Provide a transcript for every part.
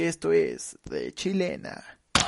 Esto es De Chilena.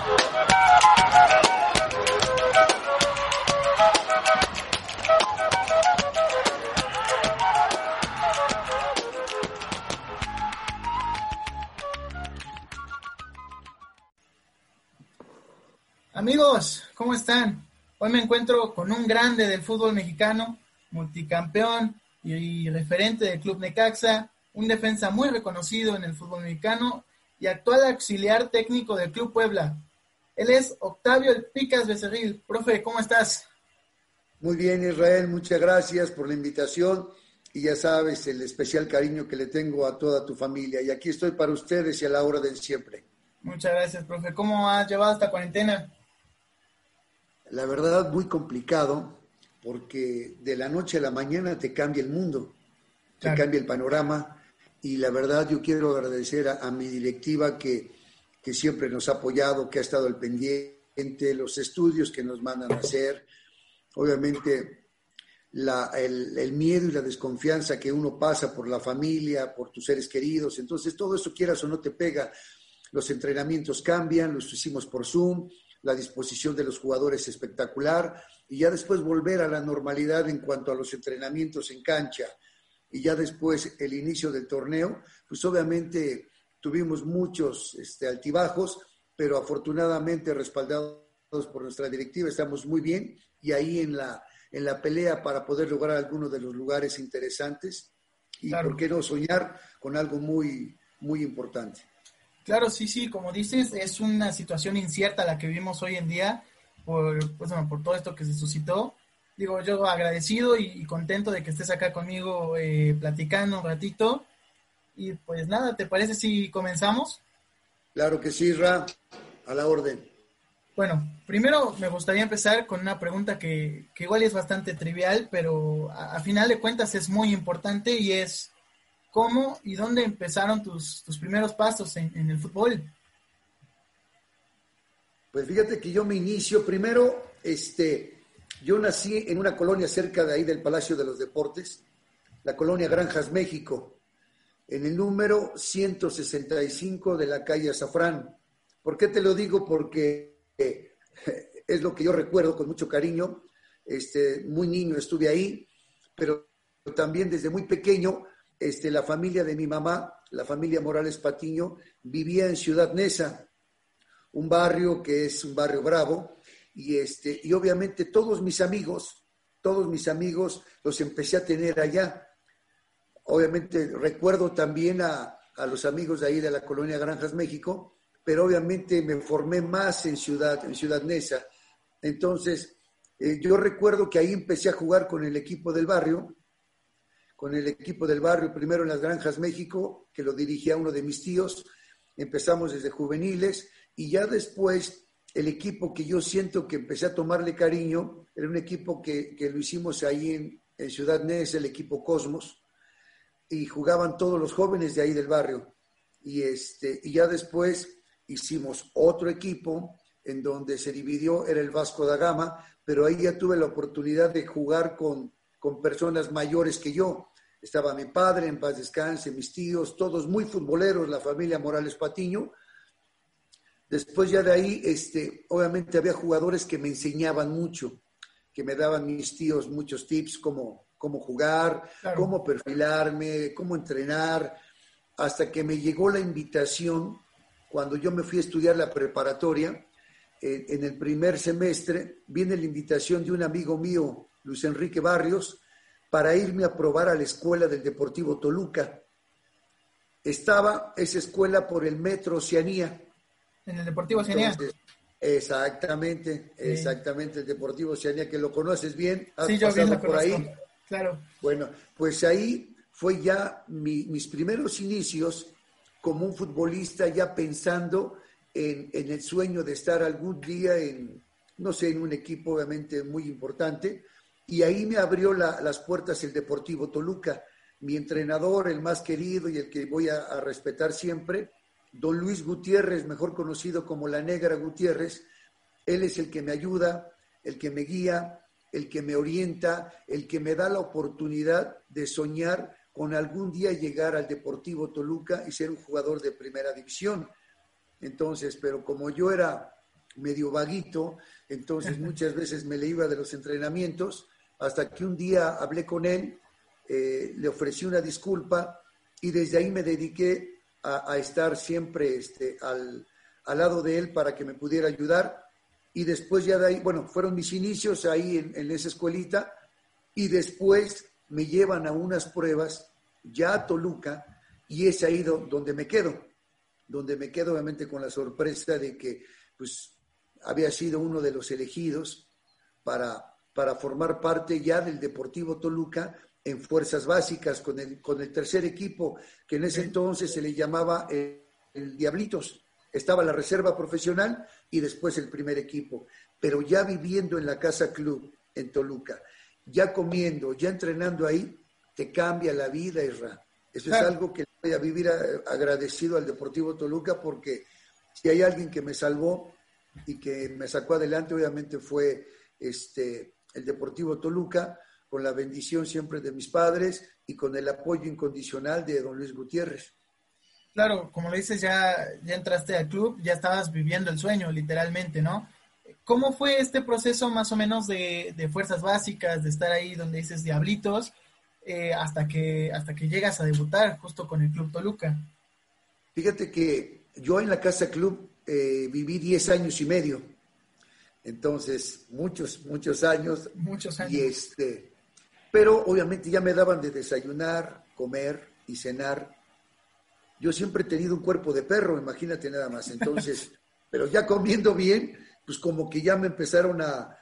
Amigos, ¿cómo están? Hoy me encuentro con un grande del fútbol mexicano, multicampeón y referente del Club Necaxa, un defensa muy reconocido en el fútbol mexicano y actual auxiliar técnico del Club Puebla. Él es Octavio El Picas Becerril. Profe, ¿cómo estás? Muy bien, Israel, muchas gracias por la invitación y ya sabes el especial cariño que le tengo a toda tu familia. Y aquí estoy para ustedes y a la hora del siempre. Muchas gracias, profe. ¿Cómo has llevado esta cuarentena? La verdad, muy complicado, porque de la noche a la mañana te cambia el mundo, te cambia el panorama, y la verdad yo quiero agradecer a mi directiva que siempre nos ha apoyado, que ha estado al pendiente, los estudios que nos mandan a hacer, obviamente el miedo y la desconfianza que uno pasa por la familia, por tus seres queridos, entonces todo eso quieras o no te pega, los entrenamientos cambian, los hicimos por Zoom, la disposición de los jugadores espectacular, y ya después volver a la normalidad en cuanto a los entrenamientos en cancha, y ya después el inicio del torneo, pues obviamente tuvimos muchos altibajos, pero afortunadamente respaldados por nuestra directiva estamos muy bien, y ahí en la pelea para poder lograr algunos de los lugares interesantes, y claro, por qué no soñar con algo muy, muy importante. Claro, sí, como dices, es una situación incierta la que vivimos hoy en día por todo esto que se suscitó. Digo, yo agradecido y contento de que estés acá conmigo platicando un ratito. Y pues nada, ¿te parece si comenzamos? Claro que sí, Ra, a la orden. Bueno, primero me gustaría empezar con una pregunta que igual es bastante trivial, pero a final de cuentas es muy importante y es ¿cómo y dónde empezaron tus primeros pasos en el fútbol? Pues fíjate que yo me inicio primero, yo nací en una colonia cerca de ahí del Palacio de los Deportes, la colonia Granjas México, en el número 165 de la calle Azafrán. ¿Por qué te lo digo? Porque es lo que yo recuerdo con mucho cariño. Muy niño estuve ahí, pero también desde muy pequeño, la familia de mi mamá, la familia Morales Patiño, vivía en Ciudad Neza, un barrio que es un barrio bravo, y obviamente todos mis amigos los empecé a tener allá. Obviamente recuerdo también a los amigos de ahí de la colonia Granjas México, pero obviamente me formé más en Ciudad Neza. Entonces, yo recuerdo que ahí empecé a jugar con el equipo del barrio, primero en las Granjas México, que lo dirigía uno de mis tíos. Empezamos desde juveniles y ya después el equipo que yo siento que empecé a tomarle cariño era un equipo que lo hicimos ahí en Ciudad Neza, el equipo Cosmos, y jugaban todos los jóvenes de ahí del barrio. Y ya después hicimos otro equipo en donde se dividió, era el Vasco da Gama, pero ahí ya tuve la oportunidad de jugar con personas mayores que yo. Estaba mi padre, en paz descanse, mis tíos, todos muy futboleros, la familia Morales Patiño. Después ya de ahí, obviamente había jugadores que me enseñaban mucho, que me daban mis tíos muchos tips, cómo jugar, claro, cómo perfilarme, cómo entrenar, hasta que me llegó la invitación, cuando yo me fui a estudiar la preparatoria, en el primer semestre, viene la invitación de un amigo mío, Luis Enrique Barrios, para irme a probar a la escuela del Deportivo Toluca. Estaba esa escuela por el Metro Oceanía. ¿En el Deportivo Oceanía? Entonces, exactamente, el Deportivo Oceanía, que lo conoces bien, has sí, yo pasado bien por ahí. Claro. Bueno, pues ahí fue ya mis primeros inicios como un futbolista, ya pensando en el sueño de estar algún día en un equipo obviamente muy importante. Y ahí me abrió las puertas el Deportivo Toluca. Mi entrenador, el más querido y el que voy a respetar siempre, don Luis Gutiérrez, mejor conocido como La Negra Gutiérrez. Él es el que me ayuda, el que me guía, el que me orienta, el que me da la oportunidad de soñar con algún día llegar al Deportivo Toluca y ser un jugador de primera división. Entonces, pero como yo era medio vaguito, entonces muchas veces me le iba de los entrenamientos, hasta que un día hablé con él, le ofrecí una disculpa y desde ahí me dediqué a estar siempre al lado de él para que me pudiera ayudar. Y después ya de ahí, bueno, fueron mis inicios ahí en esa escuelita, y después me llevan a unas pruebas ya a Toluca, y es ahí donde me quedo obviamente con la sorpresa de que pues había sido uno de los elegidos para formar parte ya del Deportivo Toluca en fuerzas básicas con el tercer equipo, que en ese entonces se le llamaba el Diablitos. Estaba la reserva profesional y después el primer equipo. Pero ya viviendo en la Casa Club en Toluca, ya comiendo, ya entrenando ahí, te cambia la vida, Isra. Eso claro. Es algo que voy a vivir agradecido al Deportivo Toluca, porque si hay alguien que me salvó y que me sacó adelante, obviamente fue el Deportivo Toluca, con la bendición siempre de mis padres y con el apoyo incondicional de don Luis Gutiérrez. Claro, como le dices, ya entraste al club, ya estabas viviendo el sueño, literalmente, ¿no? ¿Cómo fue este proceso más o menos de fuerzas básicas, de estar ahí donde dices Diablitos, hasta que llegas a debutar justo con el Club Toluca? Fíjate que yo en la Casa Club viví 10 años y medio, entonces muchos años. Muchos años. Y pero obviamente ya me daban de desayunar, comer y cenar. Yo siempre he tenido un cuerpo de perro, imagínate nada más. Entonces, pero ya comiendo bien, pues como que ya me empezaron a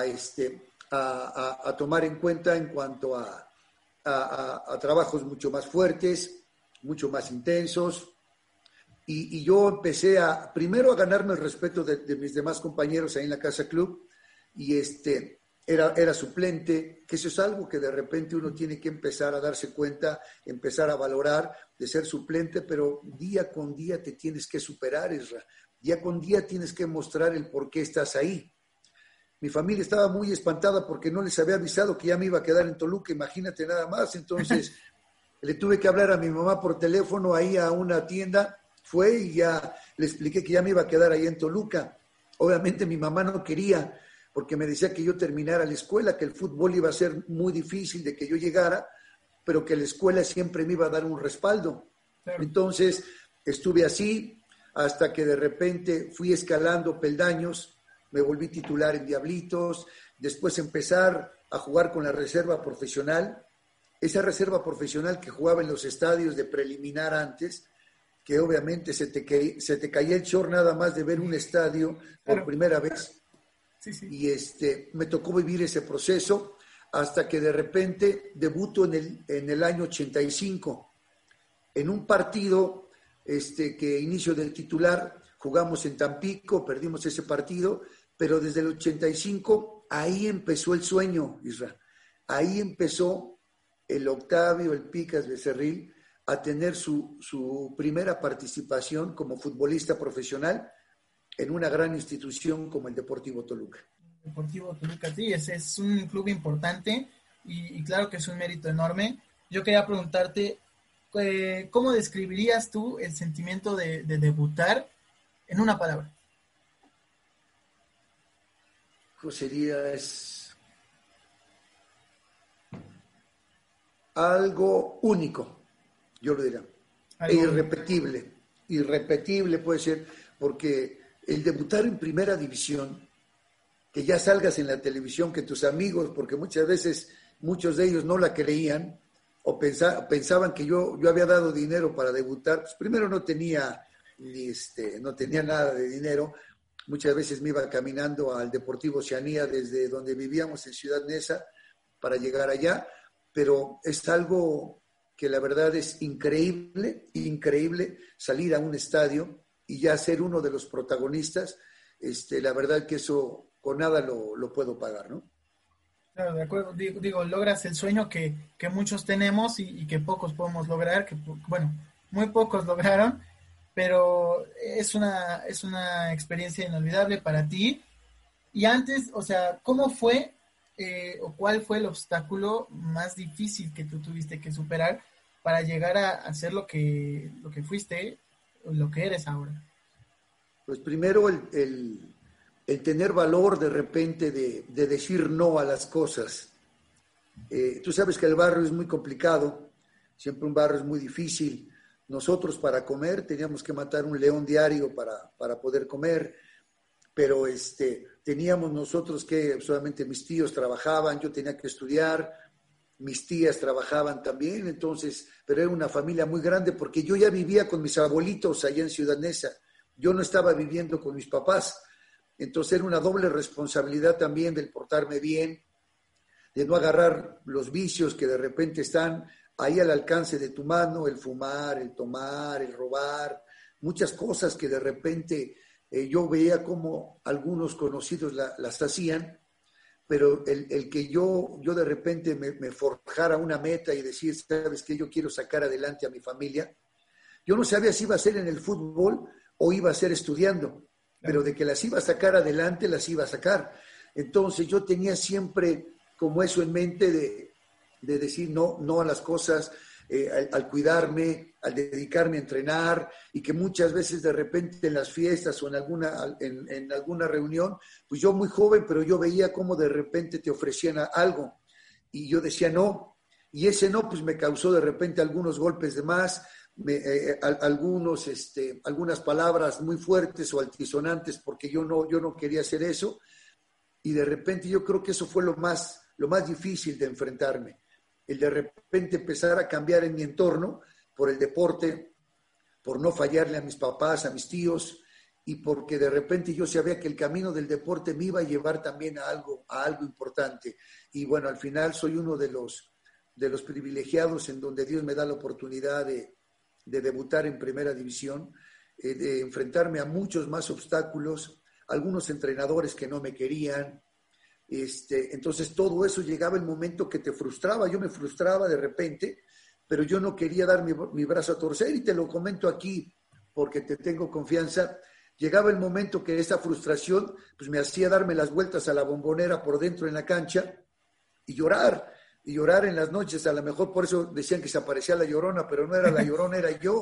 tomar en cuenta en cuanto a trabajos mucho más fuertes, mucho más intensos. Y yo empecé primero a ganarme el respeto de mis demás compañeros ahí en la Casa Club, y era suplente, que eso es algo que de repente uno tiene que empezar a darse cuenta, empezar a valorar de ser suplente, pero día con día te tienes que superar, Isra. Día con día tienes que mostrar el por qué estás ahí. Mi familia estaba muy espantada porque no les había avisado que ya me iba a quedar en Toluca, imagínate nada más. Entonces le tuve que hablar a mi mamá por teléfono ahí a una tienda, fue y ya le expliqué que ya me iba a quedar ahí en Toluca. Obviamente mi mamá no quería, porque me decía que yo terminara la escuela, que el fútbol iba a ser muy difícil de que yo llegara, pero que la escuela siempre me iba a dar un respaldo. Claro. Entonces estuve así hasta que de repente fui escalando peldaños, me volví titular en Diablitos, después empezar a jugar con la reserva profesional, esa reserva profesional que jugaba en los estadios de preliminar antes, que obviamente se te caía el short nada más de ver un estadio por claro. Primera vez. Sí, sí. Y me tocó vivir ese proceso hasta que de repente debuto en el año 85 en un partido que inicio del titular, jugamos en Tampico, perdimos ese partido, pero desde el 85 ahí empezó el sueño, Isra. Ahí empezó el Octavio, el Picas Becerril, a tener su primera participación como futbolista profesional en una gran institución como el Deportivo Toluca. Deportivo Toluca, sí, es un club importante y claro que es un mérito enorme. Yo quería preguntarte, ¿cómo describirías tú el sentimiento de debutar en una palabra? ¿Cómo sería? Es algo único, yo lo diría. E irrepetible puede ser, porque el debutar en primera división, que ya salgas en la televisión, que tus amigos, porque muchas veces muchos de ellos no la creían o pensaban que yo había dado dinero para debutar, pues primero no tenía nada de dinero. Muchas veces me iba caminando al Deportivo Oceanía desde donde vivíamos en Ciudad Neza para llegar allá, pero es algo que la verdad es increíble salir a un estadio y ya ser uno de los protagonistas. La verdad que eso con nada lo puedo pagar, ¿no? Claro, de acuerdo. Digo, logras el sueño que muchos tenemos y que pocos podemos lograr, bueno, muy pocos lograron, pero es una experiencia inolvidable para ti. Y antes, o sea, ¿cómo fue o cuál fue el obstáculo más difícil que tú tuviste que superar para llegar a hacer lo que fuiste o lo que eres ahora? Pues primero el tener valor de repente de decir no a las cosas. Tú sabes que el barrio es muy complicado, siempre un barrio es muy difícil. Nosotros para comer teníamos que matar un león diario para poder comer, pero teníamos nosotros que, solamente mis tíos trabajaban, yo tenía que estudiar, mis tías trabajaban también, entonces, pero era una familia muy grande porque yo ya vivía con mis abuelitos allá en Ciudad Neza, yo no estaba viviendo con mis papás, entonces era una doble responsabilidad también del portarme bien, de no agarrar los vicios que de repente están ahí al alcance de tu mano, el fumar, el tomar, el robar, muchas cosas que de repente yo veía como algunos conocidos las hacían, pero el que yo de repente me forjara una meta y decir, sabes que yo quiero sacar adelante a mi familia, yo no sabía si iba a ser en el fútbol o iba a ser estudiando, pero de que las iba a sacar adelante, las iba a sacar. Entonces yo tenía siempre como eso en mente de decir no a las cosas, al cuidarme, al dedicarme a entrenar, y que muchas veces de repente en las fiestas o en alguna reunión, pues yo muy joven, pero yo veía cómo de repente te ofrecían algo y yo decía no, y ese no pues me causó de repente algunos golpes de más, algunas palabras muy fuertes o altisonantes porque yo no quería hacer eso, y de repente yo creo que eso fue lo más difícil de enfrentarme, el de repente empezar a cambiar en mi entorno por el deporte, por no fallarle a mis papás, a mis tíos, y porque de repente yo sabía que el camino del deporte me iba a llevar también a algo importante. Y bueno, al final soy uno de los privilegiados en donde Dios me da la oportunidad de debutar en primera división, de enfrentarme a muchos más obstáculos, algunos entrenadores que no me querían. Entonces todo eso llegaba el momento que te frustraba, yo me frustraba de repente, pero yo no quería dar mi brazo a torcer, y te lo comento aquí porque te tengo confianza. Llegaba el momento que esa frustración pues me hacía darme las vueltas a la Bombonera por dentro en la cancha y llorar en las noches. A lo mejor por eso decían que se aparecía la Llorona, pero no era la Llorona,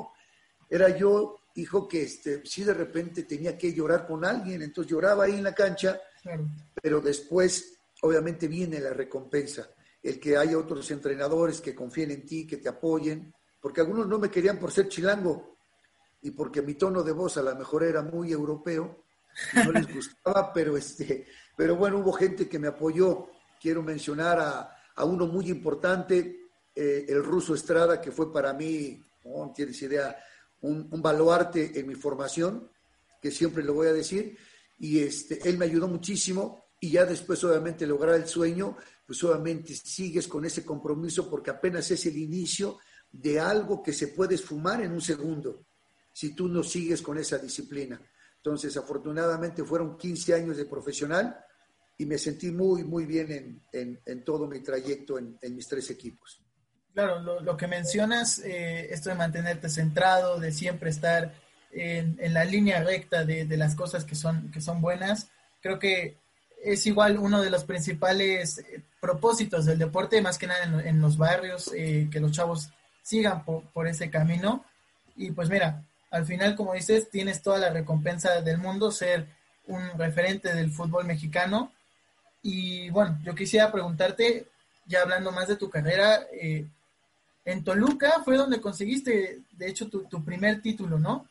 era yo, hijo, que sí de repente tenía que llorar con alguien, entonces lloraba ahí en la cancha. Claro. Pero después obviamente viene la recompensa, el que haya otros entrenadores que confíen en ti, que te apoyen, porque algunos no me querían por ser chilango y porque mi tono de voz a lo mejor era muy europeo, no les gustaba, pero bueno, hubo gente que me apoyó. Quiero mencionar a uno muy importante, el Ruso Estrada, que fue para mí, no tienes idea, un baluarte en mi formación, que siempre lo voy a decir, y él me ayudó muchísimo, y ya después obviamente lograr el sueño, pues obviamente sigues con ese compromiso porque apenas es el inicio de algo que se puede esfumar en un segundo, si tú no sigues con esa disciplina. Entonces, afortunadamente fueron 15 años de profesional y me sentí muy, muy bien en todo mi trayecto en mis 3 equipos. Claro, lo que mencionas, esto de mantenerte centrado, de siempre estar en la línea recta de las cosas que son buenas, creo que es igual uno de los principales propósitos del deporte, más que nada en los barrios, que los chavos sigan por ese camino. Y pues mira, al final, como dices, tienes toda la recompensa del mundo, ser un referente del fútbol mexicano. Y bueno, yo quisiera preguntarte, ya hablando más de tu carrera, en Toluca fue donde conseguiste, de hecho, tu primer título, ¿no?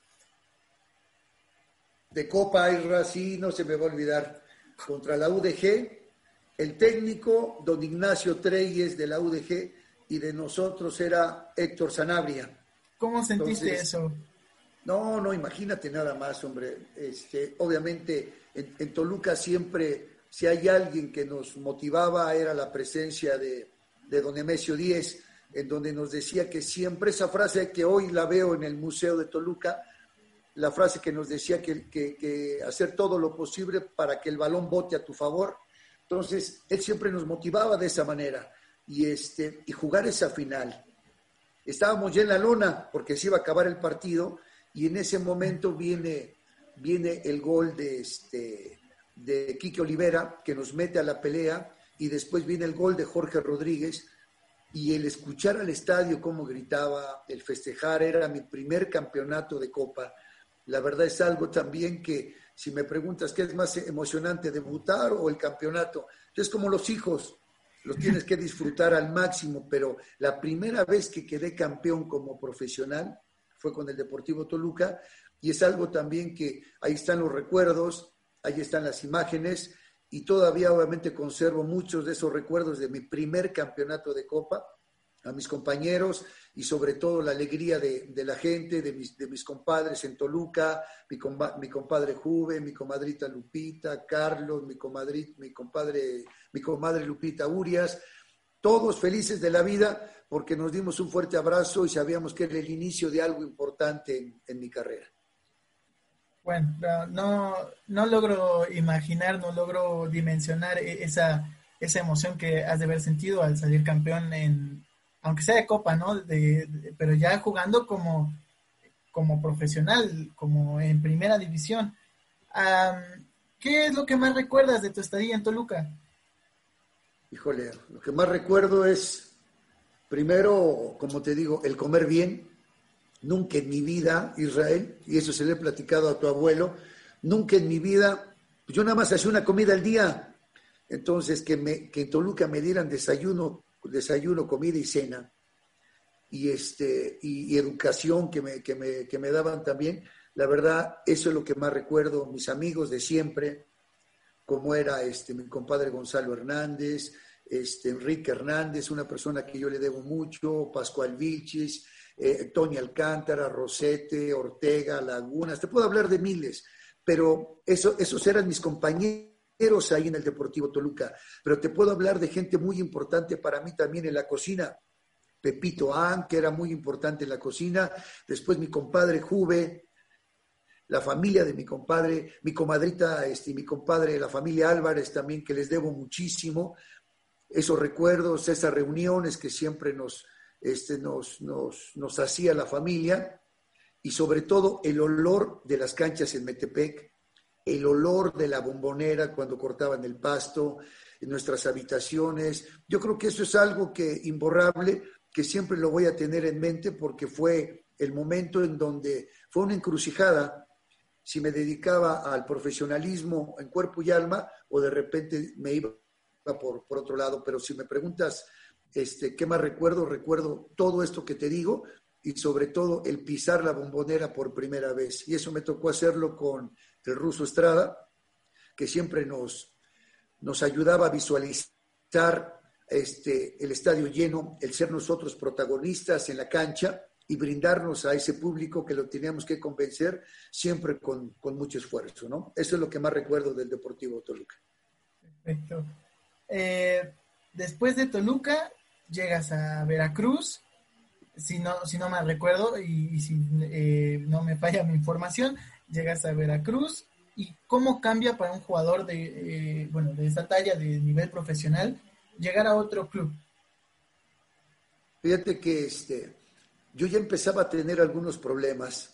De Copa, Isra, sí, no se me va a olvidar. Contra la UDG, el técnico, don Ignacio Treyes de la UDG, y de nosotros era Héctor Sanabria. ¿Cómo sentiste eso? No, imagínate nada más, hombre. Obviamente, en Toluca siempre, si hay alguien que nos motivaba, era la presencia de don Emesio Díez, en donde nos decía que siempre, esa frase que hoy la veo en el Museo de Toluca, la frase que nos decía que hacer todo lo posible para que el balón bote a tu favor. Entonces, él siempre nos motivaba de esa manera, y jugar esa final. Estábamos ya en la lona porque se iba a acabar el partido, y en ese momento viene el gol de Quique Olivera, que nos mete a la pelea, y después viene el gol de Jorge Rodríguez, y el escuchar al estadio cómo gritaba, el festejar, era mi primer campeonato de Copa. La verdad es algo también que, si me preguntas qué es más emocionante, debutar o el campeonato, es como los hijos, los tienes que disfrutar al máximo, pero la primera vez que quedé campeón como profesional fue con el Deportivo Toluca, y es algo también que ahí están los recuerdos, ahí están las imágenes, y todavía obviamente conservo muchos de esos recuerdos de mi primer campeonato de Copa, a mis compañeros y sobre todo la alegría de la gente, de mis compadres en Toluca, mi compadre Juve, mi comadrita Lupita, Carlos, mi comadre Lupita Urias, todos felices de la vida porque nos dimos un fuerte abrazo y sabíamos que era el inicio de algo importante en mi carrera. Bueno, no logro imaginar, no logro dimensionar esa emoción que has de haber sentido al salir campeón aunque sea de Copa, ¿no? Pero ya jugando como profesional, como en primera división. ¿Qué es lo que más recuerdas de tu estadía en Toluca? Híjole, lo que más recuerdo es, primero, como te digo, el comer bien. Nunca en mi vida, Israel, y eso se le he platicado a tu abuelo, nunca en mi vida, yo nada más hacía una comida al día. Entonces, que en Toluca me dieran desayuno, comida y cena, y educación que me daban también. La verdad, eso es lo que más recuerdo, mis amigos de siempre, como era mi compadre Gonzalo Hernández, Enrique Hernández, una persona que yo le debo mucho, Pascual Vilchis, Tony Alcántara, Rosete, Ortega, Lagunas, te puedo hablar de miles, pero esos eran mis compañeros ahí en el Deportivo Toluca, pero te puedo hablar de gente muy importante para mí también en la cocina, Pepito An, que era muy importante en la cocina, después mi compadre Juve, la familia de mi compadre, mi comadrita, mi compadre, la familia Álvarez también, que les debo muchísimo, esos recuerdos, esas reuniones que siempre nos hacía la familia, y sobre todo el olor de las canchas en Metepec, el olor de la bombonera cuando cortaban el pasto, en nuestras habitaciones. Yo creo que eso es algo imborrable, que siempre lo voy a tener en mente porque fue el momento en donde fue una encrucijada, si me dedicaba al profesionalismo en cuerpo y alma o de repente me iba por otro lado. Pero si me preguntas ¿qué más recuerdo todo esto que te digo y sobre todo el pisar la bombonera por primera vez. Y eso me tocó hacerlo con el Ruso Estrada, que siempre nos ayudaba a visualizar el estadio lleno, el ser nosotros protagonistas en la cancha y brindarnos a ese público que lo teníamos que convencer siempre con mucho esfuerzo, ¿no? Eso es lo que más recuerdo del Deportivo Toluca. Perfecto. Después de Toluca, llegas a Veracruz, si no mal recuerdo, y si no me falla mi información, llegas a Veracruz, y cómo cambia para un jugador de esa talla, de nivel profesional, llegar a otro club. Fíjate que yo ya empezaba a tener algunos problemas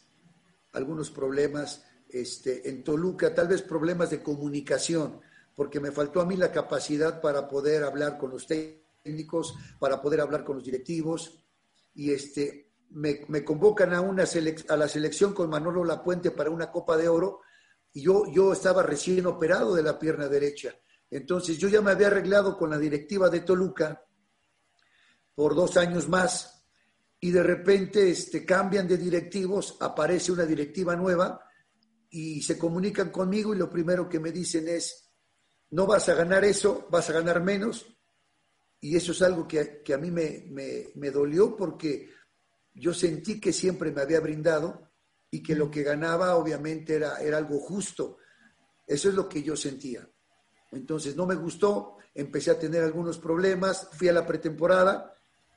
en Toluca, tal vez problemas de comunicación, porque me faltó a mí la capacidad para poder hablar con los técnicos, para poder hablar con los directivos, y me convocan a la selección con Manolo Lapuente para una Copa de Oro, y yo estaba recién operado de la pierna derecha. Entonces yo ya me había arreglado con la directiva de Toluca por 2 años más, y de repente cambian de directivos, aparece una directiva nueva, y se comunican conmigo, y lo primero que me dicen es: no vas a ganar eso, vas a ganar menos. Y eso es algo que a mí me dolió, porque yo sentí que siempre me había brindado y que lo que ganaba obviamente era algo justo. Eso es lo que yo sentía. Entonces no me gustó, empecé a tener algunos problemas, fui a la pretemporada,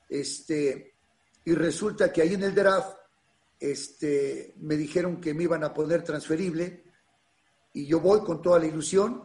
y resulta que ahí en el draft me dijeron que me iban a poner transferible, y yo voy con toda la ilusión,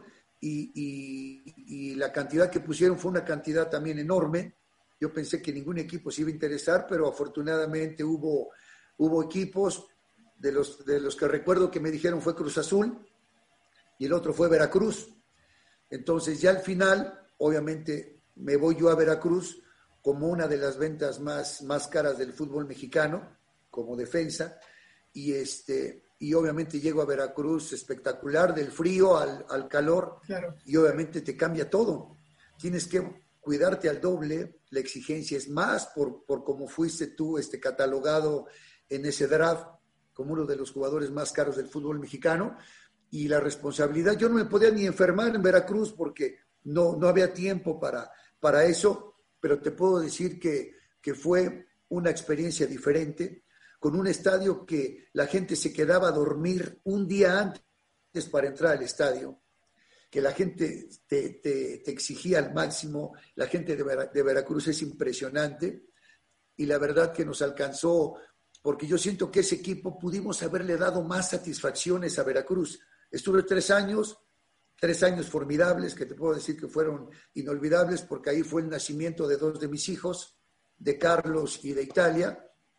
y la cantidad que pusieron fue una cantidad también enorme. Yo pensé que ningún equipo se iba a interesar, pero afortunadamente hubo equipos. De los que recuerdo que me dijeron fue Cruz Azul, y el otro fue Veracruz. Entonces ya al final, obviamente, me voy yo a Veracruz como una de las ventas más caras del fútbol mexicano, como defensa, y y obviamente llego a Veracruz espectacular, del frío al calor, Claro. y obviamente te cambia todo. Tienes que cuidarte al doble, la exigencia es más por cómo fuiste tú catalogado en ese draft como uno de los jugadores más caros del fútbol mexicano, y la responsabilidad, yo no me podía ni enfermar en Veracruz porque no había tiempo para eso, pero te puedo decir que fue una experiencia diferente, con un estadio que la gente se quedaba a dormir un día antes para entrar al estadio, que la gente te exigía al máximo. La gente de Veracruz es impresionante, y la verdad que nos alcanzó, porque yo siento que ese equipo pudimos haberle dado más satisfacciones a Veracruz. Estuve 3 años formidables, que te puedo decir que fueron inolvidables, porque ahí fue el nacimiento de 2 de mis hijos, de Carlos y de Italia.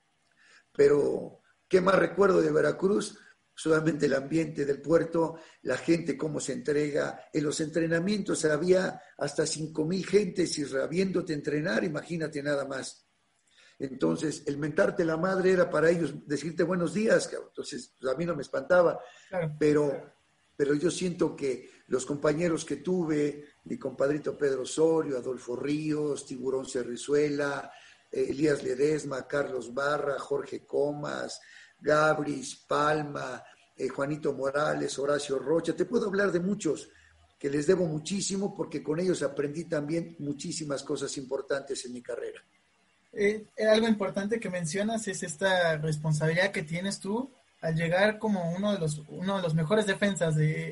Pero, ¿qué más recuerdo de Veracruz? Solamente el ambiente del puerto, la gente cómo se entrega. En los entrenamientos había hasta 5,000 gentes y viéndote entrenar, imagínate nada más. Entonces, el mentarte la madre era para ellos decirte buenos días, cabrón. Entonces, pues a mí no me espantaba, Claro. pero yo siento que los compañeros que tuve, mi compadrito Pedro Osorio, Adolfo Ríos, Tiburón Cerrizuela, Elías Ledesma, Carlos Barra, Jorge Comas, Gabris, Palma, Juanito Morales, Horacio Rocha, te puedo hablar de muchos que les debo muchísimo, porque con ellos aprendí también muchísimas cosas importantes en mi carrera. Algo importante que mencionas es esta responsabilidad que tienes tú al llegar como uno de los mejores defensas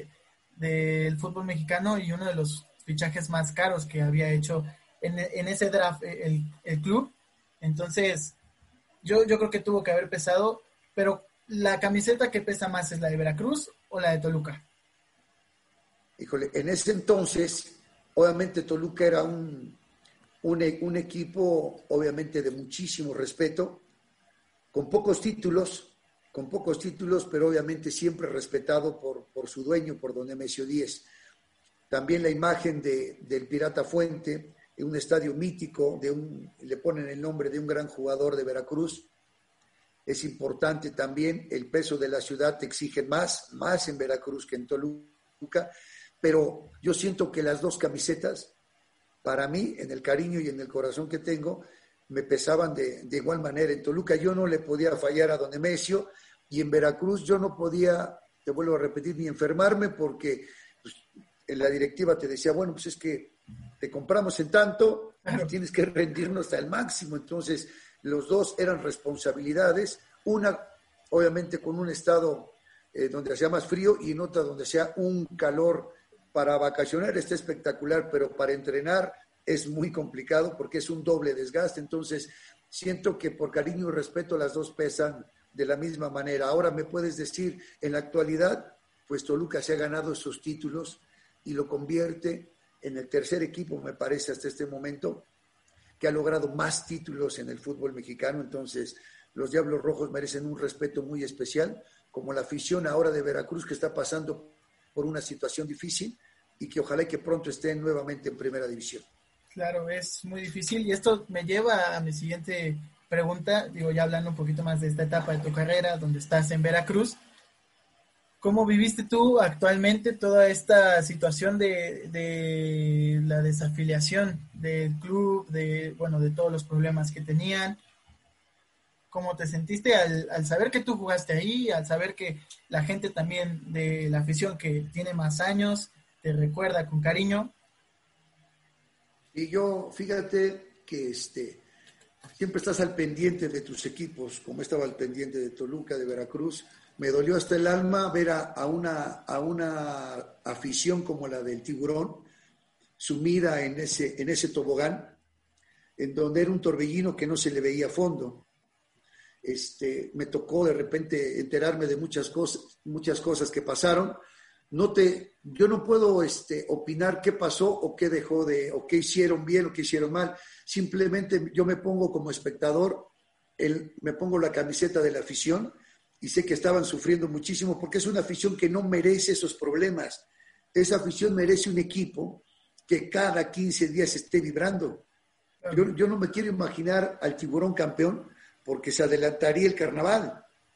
del fútbol mexicano, y uno de los fichajes más caros que había hecho en ese draft el club. Entonces, yo creo que tuvo que haber pesado, pero ¿la camiseta que pesa más es la de Veracruz o la de Toluca? Híjole, en ese entonces, obviamente Toluca era un equipo, obviamente, de muchísimo respeto, con pocos títulos, pero obviamente siempre respetado por su dueño, por don Nemesio Díez. También la imagen del Pirata Fuente, en un estadio mítico, le ponen el nombre de un gran jugador de Veracruz. Es importante también, el peso de la ciudad te exige más en Veracruz que en Toluca, pero yo siento que las 2 camisetas, para mí, en el cariño y en el corazón que tengo, me pesaban de igual manera. En Toluca yo no le podía fallar a don Nemesio, y en Veracruz yo no podía, te vuelvo a repetir, ni enfermarme, porque pues, en la directiva te decía, bueno, pues es que te compramos en tanto, y tienes que rendirnos hasta el máximo. Entonces, los 2 eran responsabilidades, una obviamente con un estado donde hacía más frío, y en otra donde hacía un calor. Para vacacionar está espectacular, pero para entrenar es muy complicado porque es un doble desgaste. Entonces, siento que por cariño y respeto las 2 pesan de la misma manera. Ahora me puedes decir, en la actualidad, pues Toluca se ha ganado esos títulos y lo convierte en el tercer equipo, me parece, hasta este momento, que ha logrado más títulos en el fútbol mexicano. Entonces, los Diablos Rojos merecen un respeto muy especial, como la afición ahora de Veracruz, que está pasando por una situación difícil, y que ojalá y que pronto estén nuevamente en primera división. Claro, es muy difícil, y esto me lleva a mi siguiente pregunta, ya hablando un poquito más de esta etapa de tu carrera, donde estás en Veracruz. ¿Cómo viviste tú actualmente toda esta situación de la desafiliación del club, de todos los problemas que tenían? ¿Cómo te sentiste al saber que tú jugaste ahí, al saber que la gente también de la afición que tiene más años te recuerda con cariño? Y yo, fíjate que siempre estás al pendiente de tus equipos, como estaba al pendiente de Toluca, de Veracruz. Me dolió hasta el alma ver a una afición como la del Tiburón, sumida en ese tobogán, en donde era un torbellino que no se le veía fondo. Me tocó de repente enterarme de muchas cosas que pasaron. Yo no puedo opinar qué pasó o qué o qué hicieron bien o qué hicieron mal. Simplemente yo me pongo como espectador, me pongo la camiseta de la afición, y sé que estaban sufriendo muchísimo, porque es una afición que no merece esos problemas. Esa afición merece un equipo que cada 15 días esté vibrando. Yo no me quiero imaginar al Tiburón campeón, porque se adelantaría el carnaval.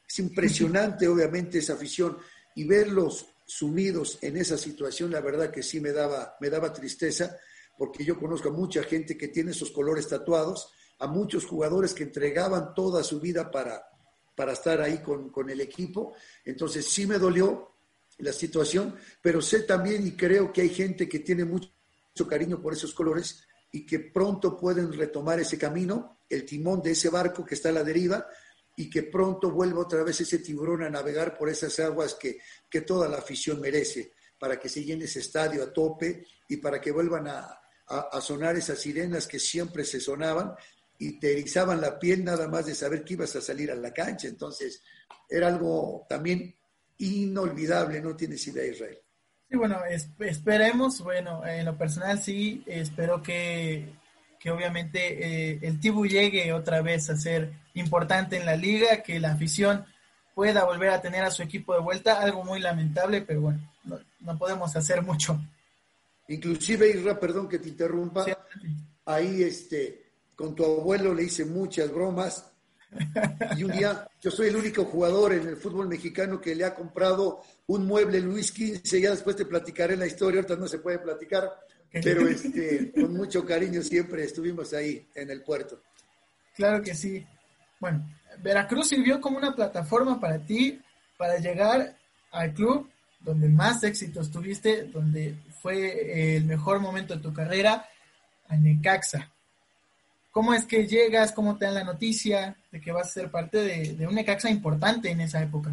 Es impresionante, obviamente, esa afición. Y verlos sumidos en esa situación, la verdad que sí me daba tristeza, porque yo conozco a mucha gente que tiene esos colores tatuados, a muchos jugadores que entregaban toda su vida para estar ahí con el equipo. Entonces sí me dolió la situación, pero sé también y creo que hay gente que tiene mucho cariño por esos colores y que pronto pueden retomar ese camino, el timón de ese barco que está a la deriva, y que pronto vuelva otra vez ese tiburón a navegar por esas aguas que toda la afición merece, para que se llene ese estadio a tope y para que vuelvan a sonar esas sirenas que siempre se sonaban y te erizaban la piel nada más de saber que ibas a salir a la cancha. Entonces, era algo también inolvidable, no tienes idea, Israel. Sí, bueno, esperemos, bueno, en lo personal sí, espero que obviamente el Tibu llegue otra vez a ser importante en la liga, que la afición pueda volver a tener a su equipo de vuelta, algo muy lamentable, pero bueno, no podemos hacer mucho. Inclusive, Isra, perdón que te interrumpa, Sí. ahí con tu abuelo le hice muchas bromas, y un día yo soy el único jugador en el fútbol mexicano que le ha comprado un mueble Luis XV, ya después te platicaré la historia, ahorita no se puede platicar, pero con mucho cariño siempre estuvimos ahí en el puerto. Claro que sí. Bueno, Veracruz sirvió como una plataforma para ti, para llegar al club donde más éxitos tuviste, donde fue el mejor momento de tu carrera, a Necaxa. ¿Cómo es que llegas? ¿Cómo te dan la noticia de que vas a ser parte de un Necaxa importante en esa época?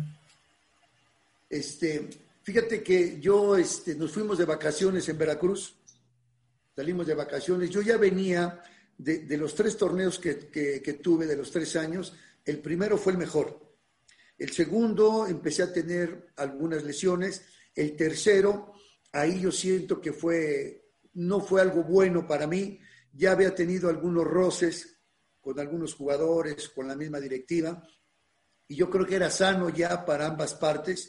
Fíjate que yo nos fuimos de vacaciones en Veracruz, salimos de vacaciones, yo ya venía de los 3 torneos que tuve, de los 3 años, el primero fue el mejor, el segundo empecé a tener algunas lesiones, el tercero, ahí yo siento que no fue algo bueno para mí, ya había tenido algunos roces con algunos jugadores, con la misma directiva, y yo creo que era sano ya para ambas partes,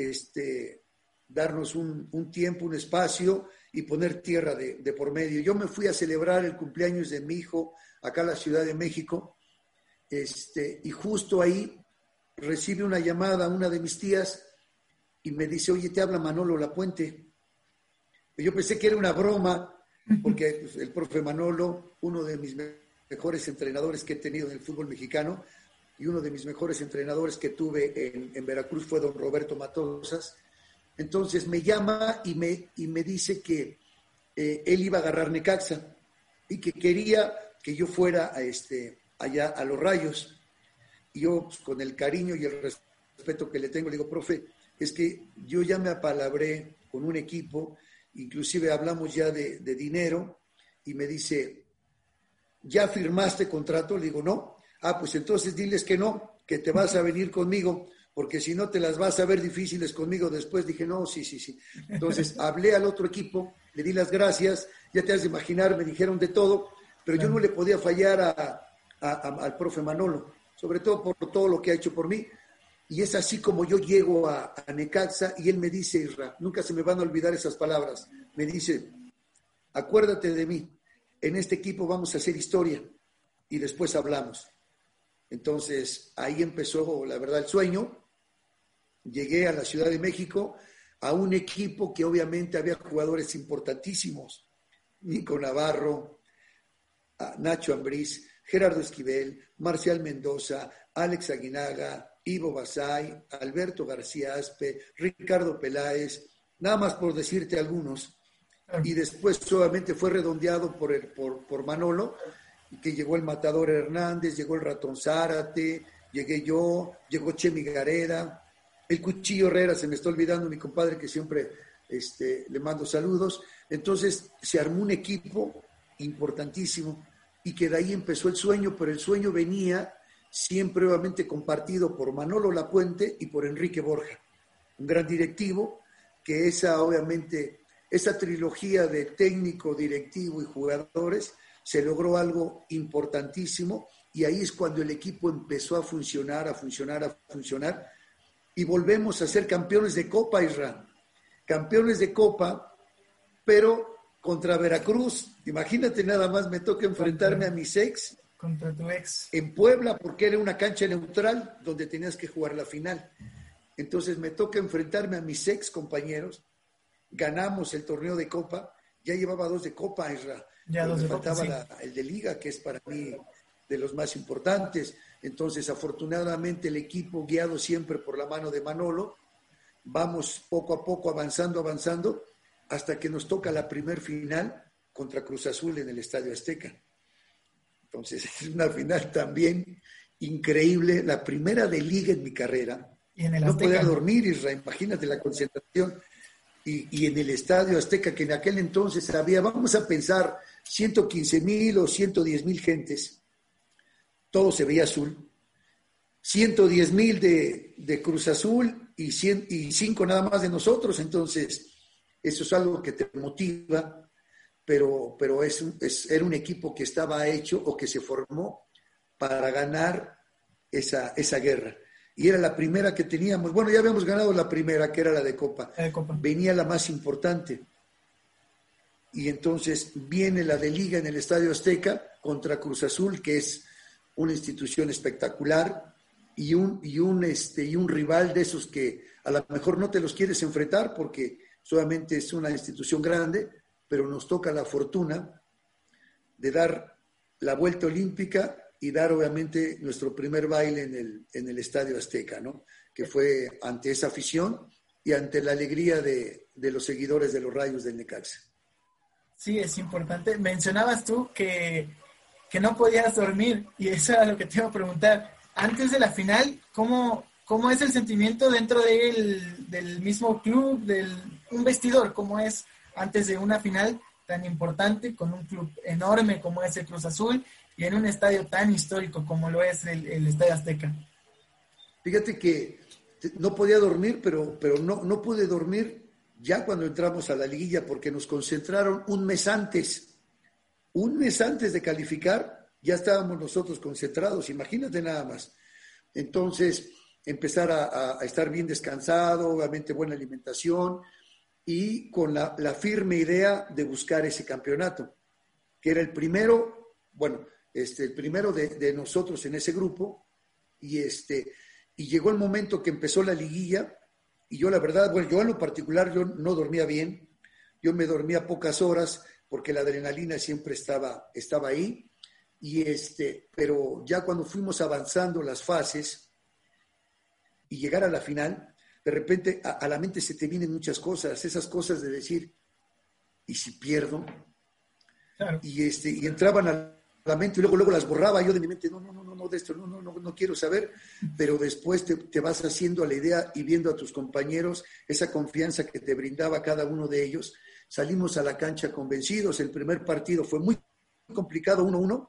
darnos un tiempo, un espacio y poner tierra de por medio. Yo me fui a celebrar el cumpleaños de mi hijo acá en la Ciudad de México, y justo ahí recibe una llamada una de mis tías y me dice, oye, te habla Manolo Lapuente. Y yo pensé que era una broma, porque el profe Manolo, uno de mis mejores entrenadores que he tenido en el fútbol mexicano, y uno de mis mejores entrenadores que tuve en Veracruz fue don Roberto Matosas. Entonces me llama y me dice que él iba a agarrar Necaxa y que quería que yo fuera allá a Los Rayos. Y yo, pues, con el cariño y el respeto que le tengo, le digo, profe, es que yo ya me apalabré con un equipo, inclusive hablamos ya de dinero, y me dice, ¿ya firmaste contrato? Le digo, no. Pues entonces diles que no, que te vas a venir conmigo, porque si no te las vas a ver difíciles conmigo después. Dije, no, sí. Entonces hablé al otro equipo, le di las gracias, ya te has de imaginar, me dijeron de todo, pero yo no le podía fallar al profe Manolo, sobre todo por todo lo que ha hecho por mí. Y es así como yo llego a Necaxa y él me dice, Isra, nunca se me van a olvidar esas palabras, me dice, acuérdate de mí, en este equipo vamos a hacer historia y después hablamos. Entonces ahí empezó, la verdad, el sueño. Llegué a la Ciudad de México a un equipo que obviamente había jugadores importantísimos, Nico Navarro, Nacho Ambriz, Gerardo Esquivel, Marcial Mendoza, Alex Aguinaga, Ivo Basay, Alberto García Aspe, Ricardo Peláez, nada más por decirte algunos. Y después solamente fue redondeado por Manolo, que llegó el Matador Hernández, llegó el Ratón Zárate, llegué yo, llegó Chemi Gareda, el Cuchillo Herrera, se me está olvidando, mi compadre, que siempre le mando saludos. Entonces se armó un equipo importantísimo y que de ahí empezó el sueño, pero el sueño venía siempre obviamente compartido por Manolo Lapuente y por Enrique Borja, un gran directivo, que esa trilogía de técnico, directivo y jugadores se logró algo importantísimo, y ahí es cuando el equipo empezó a funcionar, y volvemos a ser campeones de Copa, Israel. Campeones de Copa, pero contra Veracruz. Imagínate nada más, me toca enfrentarme a mis ex Contra tu ex. En Puebla, porque era una cancha neutral donde tenías que jugar la final. Entonces me toca enfrentarme a mis ex compañeros. Ganamos el torneo de Copa. Ya llevaba 2 de Copa, Isra. Ya 2 de me Copa, faltaba sí. el de Liga, que es para mí de los más importantes. Entonces, afortunadamente, el equipo, guiado siempre por la mano de Manolo, vamos poco a poco avanzando, hasta que nos toca la primer final contra Cruz Azul en el Estadio Azteca. Entonces, es una final también increíble, la primera de Liga en mi carrera. Y en el No Azteca, podía dormir, Israel, imagínate la concentración. Y en el Estadio Azteca, que en aquel entonces había, vamos a pensar, 115,000 o 110,000 gentes. Todo se veía azul. 110,000 de Cruz Azul y 5 nada más de nosotros. Entonces, eso es algo que te motiva, pero era un equipo que estaba hecho o que se formó para ganar esa guerra. Y era la primera que teníamos. Bueno, ya habíamos ganado la primera, que era la de Copa. Venía la más importante. Y entonces viene la de Liga en el Estadio Azteca contra Cruz Azul, que es una institución espectacular y un rival de esos que a lo mejor no te los quieres enfrentar porque solamente es una institución grande, pero nos toca la fortuna de dar la vuelta olímpica y dar obviamente nuestro primer baile en el Estadio Azteca, ¿no? Que fue ante esa afición y ante la alegría de los seguidores de los Rayos del Necaxa. Sí, es importante. Mencionabas tú que no podías dormir y eso era lo que te iba a preguntar. Antes de la final, ¿cómo es el sentimiento dentro del mismo club, un vestidor? ¿Cómo es antes de una final tan importante con un club enorme como es el Cruz Azul y en un estadio tan histórico como lo es el Estadio Azteca? Fíjate que no podía dormir, pero no pude dormir ya cuando entramos a la liguilla porque nos concentraron un mes antes de calificar, ya estábamos nosotros concentrados, imagínate nada más. Entonces, empezar a estar bien descansado, obviamente buena alimentación y con la firme idea de buscar ese campeonato, que era el primero, el primero de nosotros en ese grupo, y llegó el momento que empezó la liguilla, y yo la verdad, yo en lo particular, yo no dormía bien, yo me dormía pocas horas, porque la adrenalina siempre estaba ahí, pero ya cuando fuimos avanzando las fases y llegar a la final, de repente a la mente se te vienen muchas cosas, esas cosas de decir, ¿y si pierdo? Claro. Y entraban a la mente y luego las borraba yo de mi mente, no, de esto, no quiero saber, pero después te vas haciendo a la idea y viendo a tus compañeros esa confianza que te brindaba cada uno de ellos. Salimos a la cancha convencidos. El primer partido fue muy complicado,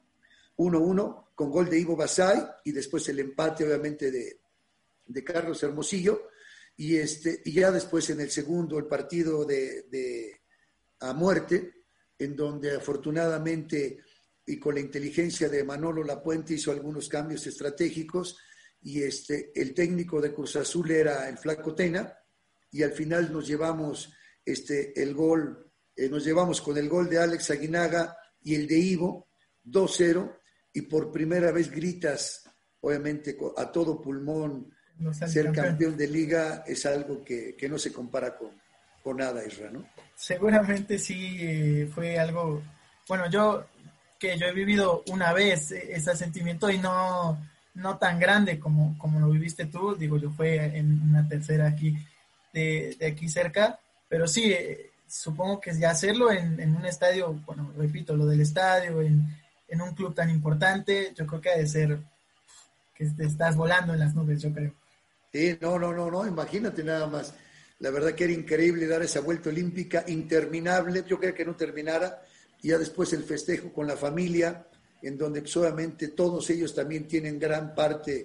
1-1 con gol de Ivo Basay y después el empate obviamente de Carlos Hermosillo y ya después en el segundo el partido de a muerte, en donde afortunadamente y con la inteligencia de Manolo Lapuente hizo algunos cambios estratégicos y el técnico de Cruz Azul era el Flaco Tena y al final nos llevamos el gol, nos llevamos con el gol de Alex Aguinaga y el de Ivo, 2-0, y por primera vez gritas, obviamente a todo pulmón, ser campeón de liga es algo que no se compara con nada, Isra, ¿no? Seguramente sí fue algo, yo he vivido una vez ese sentimiento y no tan grande como lo viviste tú, yo fue en una tercera aquí, de aquí cerca, pero sí, supongo que ya hacerlo en un estadio, repito, lo del estadio, en un club tan importante, yo creo que ha de ser que te estás volando en las nubes, yo creo. Sí, no, imagínate nada más. La verdad que era increíble dar esa vuelta olímpica interminable, yo creo que no terminara, y ya después el festejo con la familia, en donde obviamente todos ellos también tienen gran parte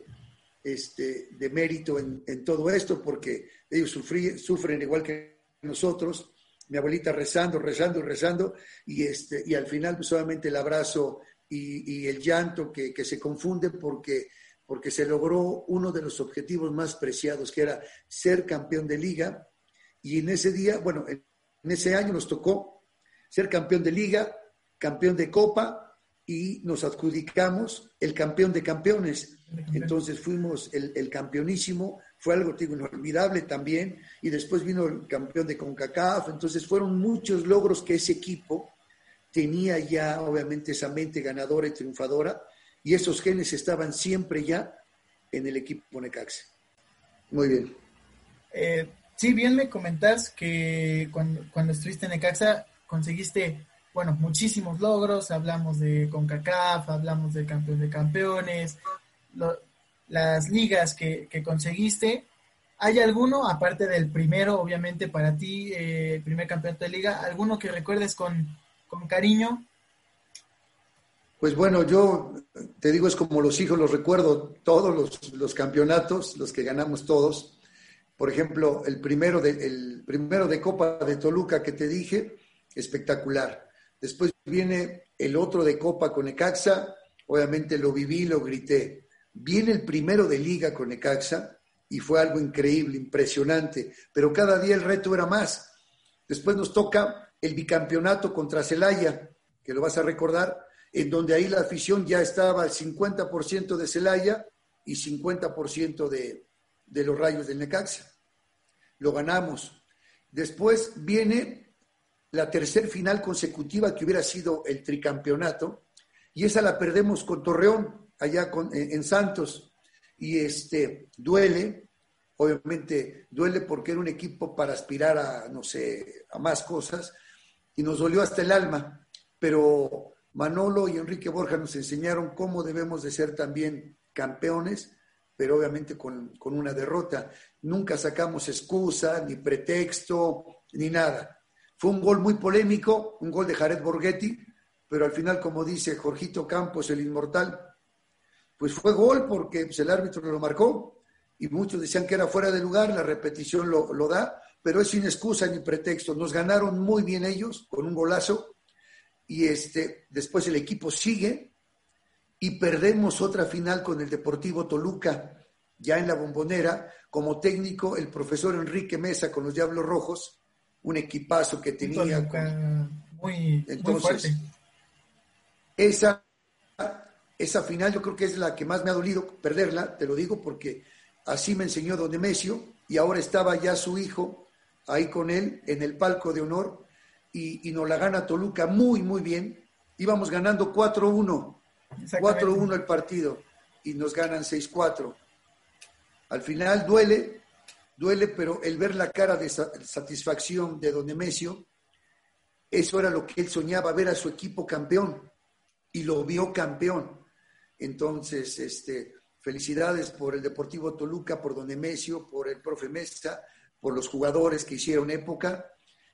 de mérito en todo esto, porque ellos sufren igual que nosotros, mi abuelita rezando, y al final pues solamente el abrazo y el llanto que se confunde porque se logró uno de los objetivos más preciados, que era ser campeón de liga, y en ese día, en ese año nos tocó ser campeón de liga, campeón de copa y nos adjudicamos el campeón de campeones. Entonces fuimos el campeonísimo, fue algo, digo, inolvidable también, y después vino el campeón de CONCACAF. Entonces fueron muchos logros que ese equipo tenía ya, obviamente, esa mente ganadora y triunfadora, y esos genes estaban siempre ya en el equipo Necaxa. Muy bien. Sí, bien me comentas que cuando estuviste en Necaxa conseguiste, bueno, muchísimos logros. Hablamos de CONCACAF, hablamos de campeón de campeones, las ligas que conseguiste. ¿Hay alguno, aparte del primero, obviamente para ti, el primer campeonato de liga, alguno que recuerdes con cariño? Pues bueno, yo te digo, es como los hijos, los recuerdo todos los campeonatos, los que ganamos todos. Por ejemplo, el primero de Copa de Toluca que te dije, espectacular. Después viene el otro de Copa con Necaxa, obviamente lo viví, lo grité. Viene el primero de Liga con Necaxa y fue algo increíble, impresionante, pero cada día el reto era más. Después nos toca el bicampeonato contra Celaya, que lo vas a recordar, en donde ahí la afición ya estaba al 50% de Celaya y 50% de los Rayos del Necaxa. Lo ganamos. Después viene la tercer final consecutiva, que hubiera sido el tricampeonato, y esa la perdemos con Torreón, allá en Santos, y duele, obviamente duele porque era un equipo para aspirar a, no sé, a más cosas, y nos dolió hasta el alma, pero Manolo y Enrique Borja nos enseñaron cómo debemos de ser también campeones, pero obviamente con una derrota. Nunca sacamos excusa, ni pretexto, ni nada. Fue un gol muy polémico, un gol de Jared Borghetti, pero al final, como dice Jorgito Campos, el inmortal, pues fue gol porque pues, el árbitro lo marcó, y muchos decían que era fuera de lugar, la repetición lo da, pero es sin excusa ni pretexto. Nos ganaron muy bien ellos, con un golazo, y después el equipo sigue, y perdemos otra final con el Deportivo Toluca, ya en la Bombonera, como técnico el profesor Enrique Mesa con los Diablos Rojos, un equipazo que tenía. Muy fuerte. Esa final yo creo que es la que más me ha dolido perderla, te lo digo porque así me enseñó don Nemesio, y ahora estaba ya su hijo ahí con él en el palco de honor, y nos la gana Toluca muy, muy bien. Íbamos ganando 4-1. 4-1 el partido y nos ganan 6-4. Al final duele, pero el ver la cara de satisfacción de don Nemesio, eso era lo que él soñaba, ver a su equipo campeón, y lo vio campeón. Entonces, felicidades por el Deportivo Toluca, por don Nemesio, por el profe Mesa, por los jugadores que hicieron época,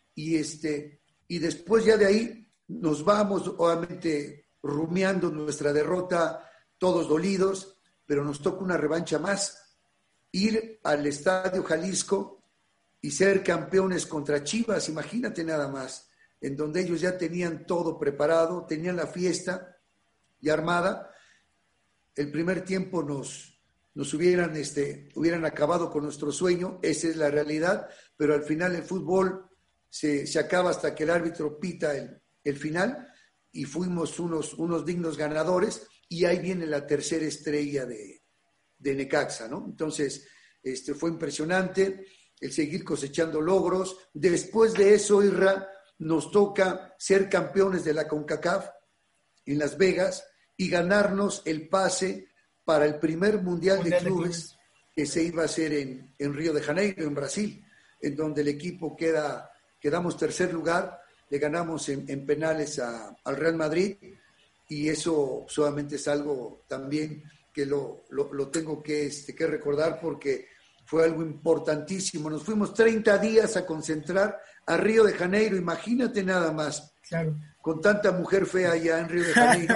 y después ya de ahí nos vamos, obviamente, rumiando nuestra derrota, todos dolidos, pero nos toca una revancha más, ir al Estadio Jalisco y ser campeones contra Chivas, imagínate nada más, en donde ellos ya tenían todo preparado, tenían la fiesta ya armada. El primer tiempo nos hubieran acabado con nuestro sueño, esa es la realidad, pero al final el fútbol se acaba hasta que el árbitro pita el final, y fuimos unos dignos ganadores, y ahí viene la tercera estrella de Necaxa, ¿no? Entonces, fue impresionante el seguir cosechando logros. Después de eso, Irra, nos toca ser campeones de la CONCACAF en Las Vegas y ganarnos el pase para el primer Mundial de Clubes que se iba a hacer en Río de Janeiro, en Brasil, en donde el equipo quedamos tercer lugar. Le ganamos en penales al Real Madrid, y eso solamente es algo también que lo tengo que recordar porque fue algo importantísimo. Nos fuimos 30 días a concentrar a Río de Janeiro, imagínate nada más, claro, con tanta mujer fea allá en Río de Janeiro.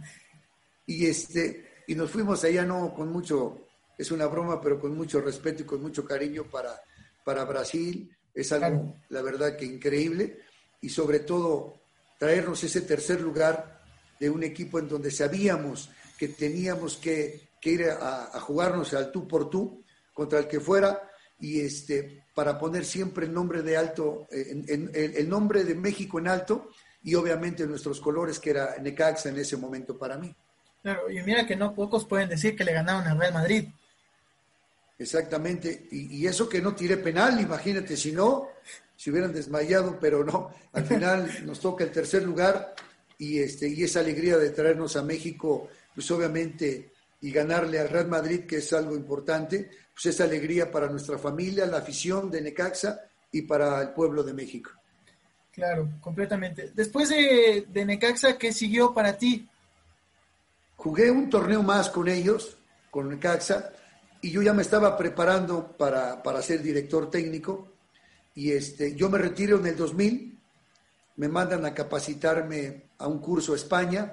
y nos fuimos allá, no con mucho, es una broma, pero con mucho respeto y con mucho cariño para Brasil. Es algo, claro, la verdad que increíble. Y sobre todo traernos ese tercer lugar de un equipo en donde sabíamos que teníamos que ir a jugarnos al tú por tú contra el que fuera, y para poner siempre el nombre de alto, el nombre de México en alto, y obviamente nuestros colores, que era Necaxa en ese momento para mí. Claro, y mira que no pocos pueden decir que le ganaron al Real Madrid. Exactamente, y eso que no tiré penal, imagínate, si no, se hubieran desmayado, pero no, al final nos toca el tercer lugar y esa alegría de traernos a México, pues obviamente, y ganarle al Real Madrid, que es algo importante, pues esa alegría para nuestra familia, la afición de Necaxa y para el pueblo de México. Claro, completamente. Después de Necaxa, ¿qué siguió para ti? Jugué un torneo más con ellos, con Necaxa, y yo ya me estaba preparando para ser director técnico, y yo me retiro en el 2000, me mandan a capacitarme a un curso a España,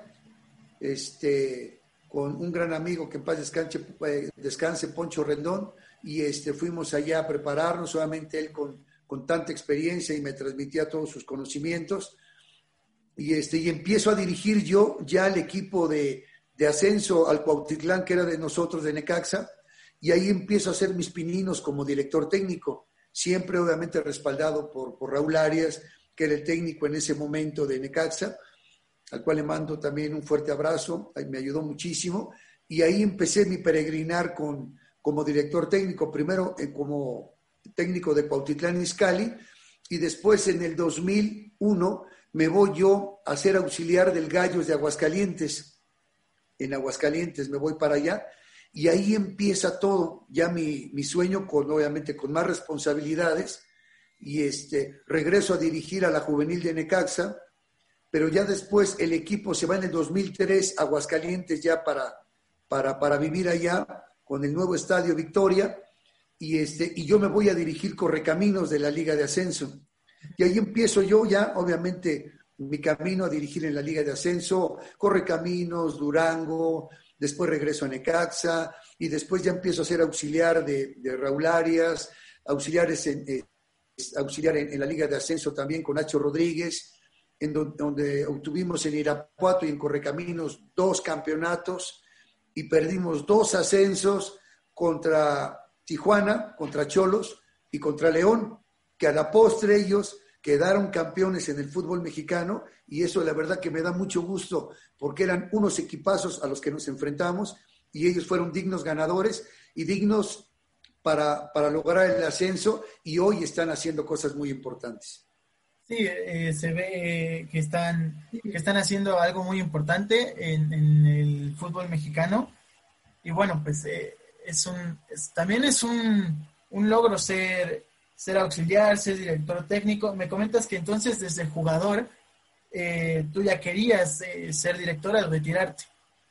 con un gran amigo que en paz descanse, Poncho Rendón, y fuimos allá a prepararnos, solamente él con tanta experiencia y me transmitía todos sus conocimientos, y empiezo a dirigir yo ya el equipo de ascenso al Cuautitlán, que era de nosotros, de Necaxa, y ahí empiezo a hacer mis pininos como director técnico, siempre obviamente respaldado por Raúl Arias, que era el técnico en ese momento de Necaxa, al cual le mando también un fuerte abrazo, me ayudó muchísimo, y ahí empecé mi peregrinar como director técnico, primero como técnico de Cuautitlán Izcalli, y después en el 2001 me voy yo a ser auxiliar del Gallos de Aguascalientes. En Aguascalientes me voy para allá, y ahí empieza todo, ya mi sueño, obviamente con más responsabilidades, y regreso a dirigir a la juvenil de Necaxa, pero ya después el equipo se va en el 2003 a Aguascalientes ya para vivir allá con el nuevo Estadio Victoria, y yo me voy a dirigir Correcaminos de la Liga de Ascenso. Y ahí empiezo yo ya, obviamente, mi camino a dirigir en la Liga de Ascenso, Correcaminos, Durango, después regreso a Necaxa, y después ya empiezo a ser auxiliar de Raúl Arias, auxiliar en la Liga de Ascenso también con Nacho Rodríguez, donde obtuvimos en Irapuato y en Correcaminos 2 campeonatos, y perdimos 2 ascensos contra Tijuana, contra Cholos y contra León, que a la postre ellos quedaron campeones en el fútbol mexicano, y eso la verdad que me da mucho gusto, porque eran unos equipazos a los que nos enfrentamos, y ellos fueron dignos ganadores y dignos para lograr el ascenso, y hoy están haciendo cosas muy importantes. Sí, se ve que están haciendo algo muy importante en el fútbol mexicano, y bueno, pues también es un logro ser auxiliar, ser director técnico. Me comentas que entonces desde jugador tú ya querías ser director al retirarte.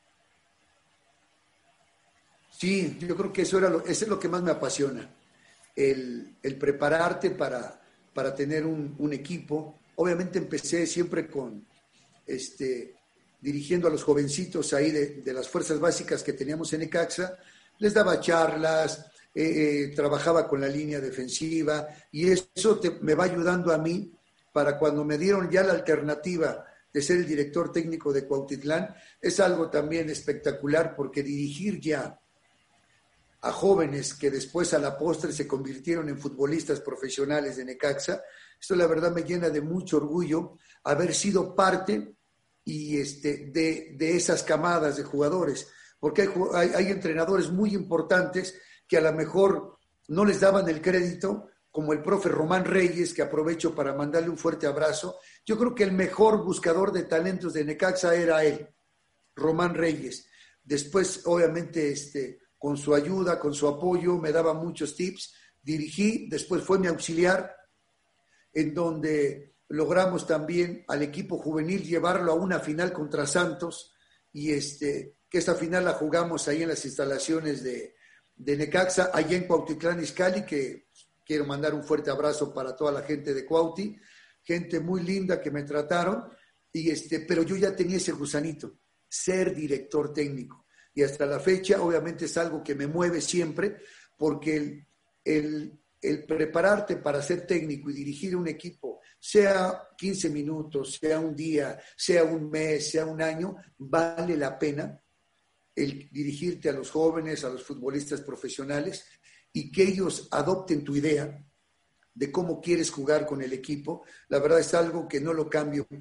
Sí, yo creo que eso es lo que más me apasiona, el prepararte para tener un equipo. Obviamente empecé siempre dirigiendo a los jovencitos ahí de las fuerzas básicas que teníamos en Necaxa, les daba charlas, trabajaba con la línea defensiva, y eso me va ayudando a mí para cuando me dieron ya la alternativa de ser el director técnico de Cuautitlán. Es algo también espectacular, porque dirigir ya a jóvenes que después a la postre se convirtieron en futbolistas profesionales de Necaxa, esto la verdad me llena de mucho orgullo haber sido parte de esas camadas de jugadores, porque hay entrenadores muy importantes que a lo mejor no les daban el crédito, como el profe Román Reyes, que aprovecho para mandarle un fuerte abrazo. Yo creo que el mejor buscador de talentos de Necaxa era él, Román Reyes. Después, obviamente, con su ayuda, con su apoyo, me daba muchos tips. Dirigí, después fue mi auxiliar, en donde logramos también al equipo juvenil llevarlo a una final contra Santos, y que esta final la jugamos ahí en las instalaciones de Necaxa, allá en Cuautitlán Izcalli, que quiero mandar un fuerte abrazo para toda la gente de Cuauti, gente muy linda que me trataron, pero yo ya tenía ese gusanito, ser director técnico, y hasta la fecha obviamente es algo que me mueve siempre, porque el prepararte para ser técnico y dirigir un equipo, sea 15 minutos, sea un día, sea un mes, sea un año, vale la pena el dirigirte a los jóvenes, a los futbolistas profesionales, y que ellos adopten tu idea de cómo quieres jugar con el equipo. La verdad es algo que no lo cambio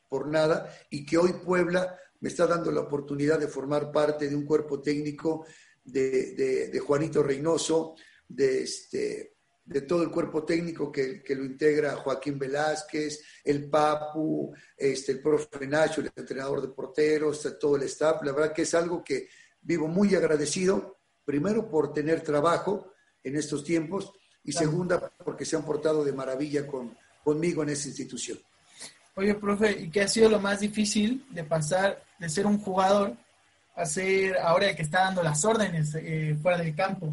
por nada, y que hoy Puebla me está dando la oportunidad de formar parte de un cuerpo técnico de Juanito Reynoso, de todo el cuerpo técnico que lo integra Joaquín Velázquez, el Papu, el profe Nacho, el entrenador de porteros, todo el staff. La verdad que es algo que vivo muy agradecido, primero por tener trabajo en estos tiempos y segunda porque se han portado de maravilla conmigo en esa institución. Oye, profe, ¿y qué ha sido lo más difícil de pasar de ser un jugador a ser ahora el que está dando las órdenes fuera del campo?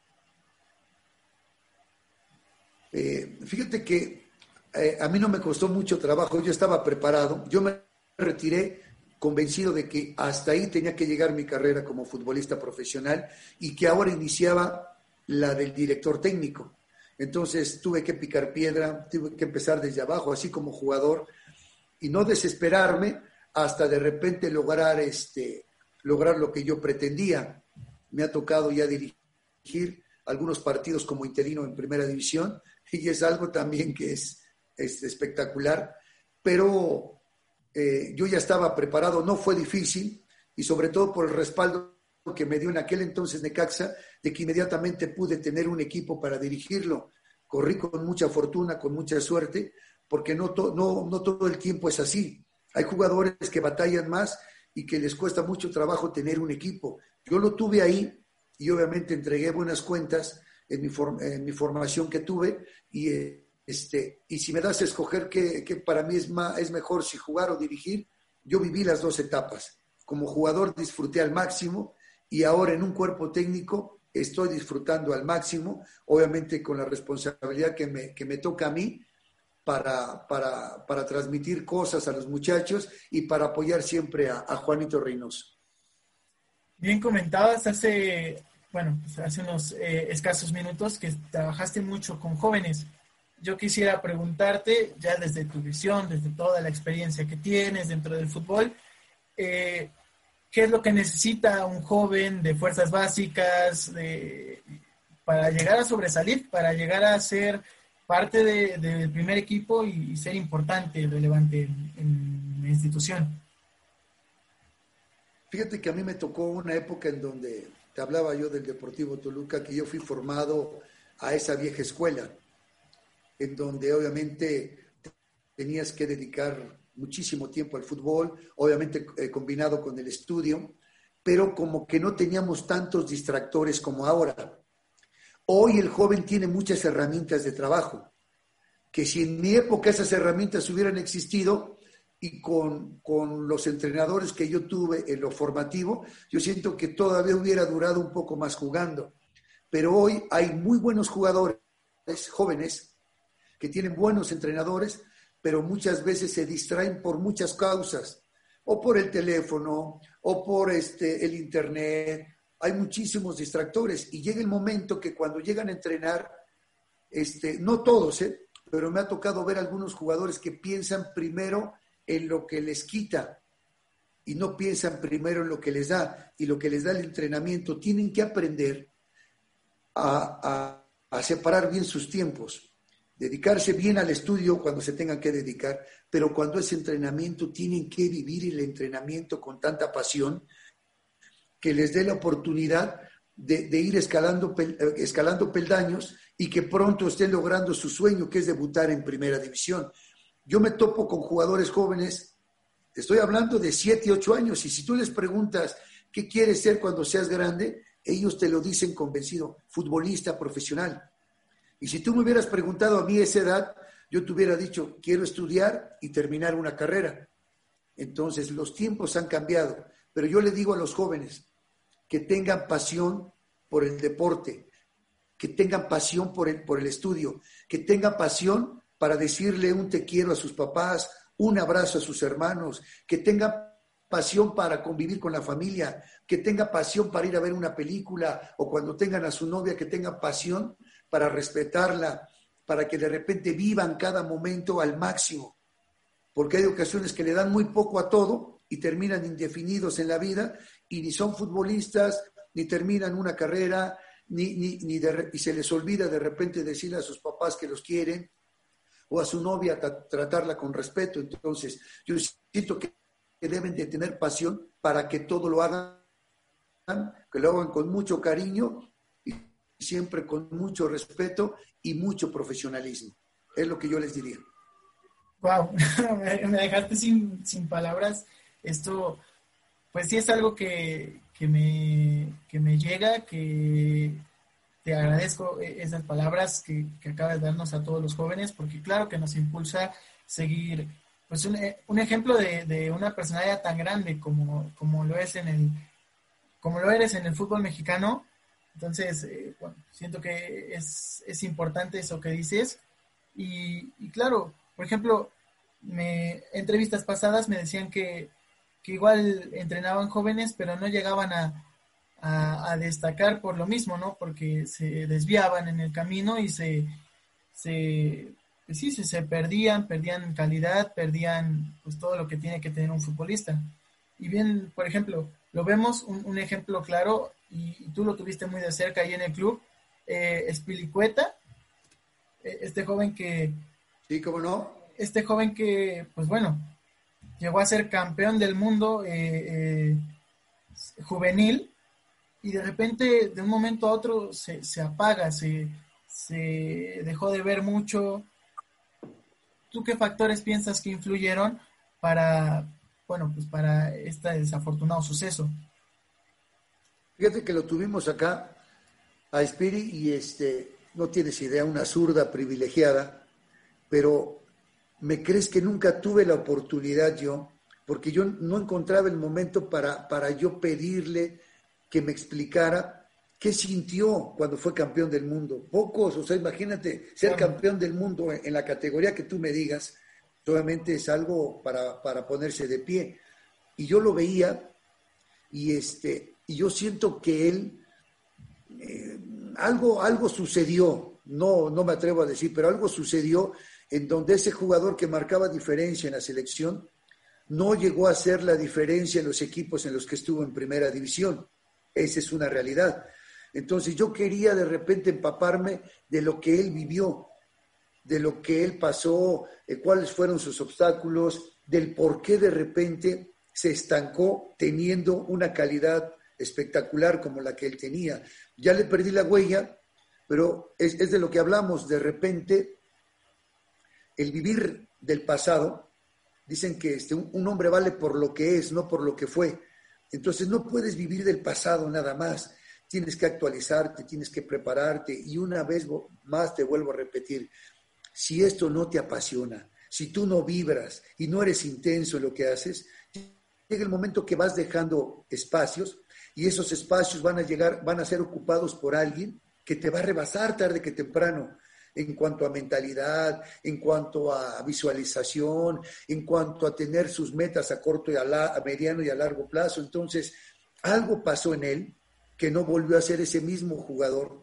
Fíjate que a mí no me costó mucho trabajo, yo estaba preparado, yo me retiré convencido de que hasta ahí tenía que llegar mi carrera como futbolista profesional y que ahora iniciaba la del director técnico. Entonces tuve que picar piedra, tuve que empezar desde abajo, así como jugador, y no desesperarme hasta de repente lograr lo que yo pretendía. Me ha tocado ya dirigir algunos partidos como interino en primera división y es algo también que es espectacular, pero yo ya estaba preparado, no fue difícil y sobre todo por el respaldo que me dio en aquel entonces Necaxa, de que inmediatamente pude tener un equipo para dirigirlo. Corrí con mucha fortuna, con mucha suerte, porque no todo el tiempo es así. Hay jugadores que batallan más y que les cuesta mucho trabajo tener un equipo. Yo lo tuve ahí y obviamente entregué buenas cuentas en mi formación que tuve y si me das a escoger que para mí es mejor si jugar o dirigir, yo viví las dos etapas. Como jugador disfruté al máximo y ahora en un cuerpo técnico estoy disfrutando al máximo, obviamente con la responsabilidad que me toca a mí para transmitir cosas a los muchachos y para apoyar siempre a Juanito Reynoso. Bien comentabas hace unos escasos minutos que trabajaste mucho con jóvenes. Yo quisiera preguntarte, ya desde tu visión, desde toda la experiencia que tienes dentro del fútbol, ¿qué es lo que necesita un joven de fuerzas básicas para llegar a sobresalir, para llegar a ser parte del primer equipo y ser importante, relevante en la institución? Fíjate que a mí me tocó una época en donde, te hablaba yo del Deportivo Toluca, que yo fui formado a esa vieja escuela, en donde obviamente tenías que dedicar muchísimo tiempo al fútbol, obviamente combinado con el estudio, pero como que no teníamos tantos distractores como ahora. Hoy el joven tiene muchas herramientas de trabajo, que si en mi época esas herramientas hubieran existido y con los entrenadores que yo tuve en lo formativo, yo siento que todavía hubiera durado un poco más jugando. Pero hoy hay muy buenos jugadores jóvenes que tienen buenos entrenadores, pero muchas veces se distraen por muchas causas, o por el teléfono, o por el internet. Hay muchísimos distractores y llega el momento que cuando llegan a entrenar, no todos, pero me ha tocado ver algunos jugadores que piensan primero en lo que les quita y no piensan primero en lo que les da, y lo que les da el entrenamiento. Tienen que aprender a separar bien sus tiempos, dedicarse bien al estudio cuando se tengan que dedicar, pero cuando es entrenamiento tienen que vivir el entrenamiento con tanta pasión que les dé la oportunidad de ir escalando peldaños y que pronto estén logrando su sueño, que es debutar en primera división. Yo me topo con jugadores jóvenes, te estoy hablando de 7, 8 años, y si tú les preguntas qué quieres ser cuando seas grande, ellos te lo dicen convencido: futbolista profesional. Y si tú me hubieras preguntado a mí esa edad, yo te hubiera dicho: quiero estudiar y terminar una carrera. Entonces, los tiempos han cambiado, pero yo le digo a los jóvenes que tengan pasión por el deporte, que tengan pasión por el estudio, que tengan pasión para decirle un te quiero a sus papás, un abrazo a sus hermanos, que tengan pasión para convivir con la familia, que tengan pasión para ir a ver una película, o cuando tengan a su novia, que tengan pasión para respetarla, para que de repente vivan cada momento al máximo, porque hay ocasiones que le dan muy poco a todo y terminan indefinidos en la vida y ni son futbolistas, ni terminan una carrera, y se les olvida de repente decirle a sus papás que los quieren, o a su novia tratarla con respeto. Entonces, yo siento que deben de tener pasión para que todo lo hagan, que lo hagan con mucho cariño y siempre con mucho respeto y mucho profesionalismo. Es lo que yo les diría. Wow, me dejaste sin palabras. Esto, pues sí es algo que me llega, que te agradezco esas palabras que acabas de darnos a todos los jóvenes, porque claro que nos impulsa seguir, pues un ejemplo de una personalidad tan grande como lo es como lo eres en el fútbol mexicano. Entonces, bueno, siento que es importante eso que dices. Y claro, por ejemplo, entrevistas pasadas me decían que igual entrenaban jóvenes, pero no llegaban a destacar por lo mismo, ¿no? Porque se desviaban en el camino y se perdían calidad, perdían pues todo lo que tiene que tener un futbolista. Y bien, por ejemplo, lo vemos, un ejemplo claro, y tú lo tuviste muy de cerca ahí en el club, Spilicueta, este joven que... Sí, ¿cómo no? Este joven que, pues bueno, llegó a ser campeón del mundo juvenil, y de repente, de un momento a otro, se apaga, se dejó de ver mucho. ¿Tú qué factores piensas que influyeron para, bueno, pues para este desafortunado suceso? Fíjate que lo tuvimos acá a Spiri y no tienes idea, una zurda privilegiada, pero ¿me crees que nunca tuve la oportunidad yo? Porque yo no encontraba el momento para yo pedirle que me explicara qué sintió cuando fue campeón del mundo. Pocos, o sea, imagínate ser campeón del mundo en la categoría que tú me digas, obviamente es algo para ponerse de pie. Y yo lo veía y yo siento que él, algo sucedió, no me atrevo a decir, pero algo sucedió en donde ese jugador que marcaba diferencia en la selección no llegó a hacer la diferencia en los equipos en los que estuvo en primera división. Esa es una realidad. Entonces yo quería de repente empaparme de lo que él vivió, de lo que él pasó, cuáles fueron sus obstáculos, del por qué de repente se estancó teniendo una calidad espectacular como la que él tenía. Ya le perdí la huella, pero es de lo que hablamos. De repente, el vivir del pasado, dicen que un hombre vale por lo que es, no por lo que fue. Entonces no puedes vivir del pasado nada más. Tienes que actualizarte, tienes que prepararte. Y una vez más te vuelvo a repetir, si esto no te apasiona, si tú no vibras y no eres intenso en lo que haces, llega el momento que vas dejando espacios y esos espacios van a ser ocupados por alguien que te va a rebasar tarde que temprano, en cuanto a mentalidad, en cuanto a visualización, en cuanto a tener sus metas a corto y a mediano y a largo plazo. Entonces, algo pasó en él que no volvió a ser ese mismo jugador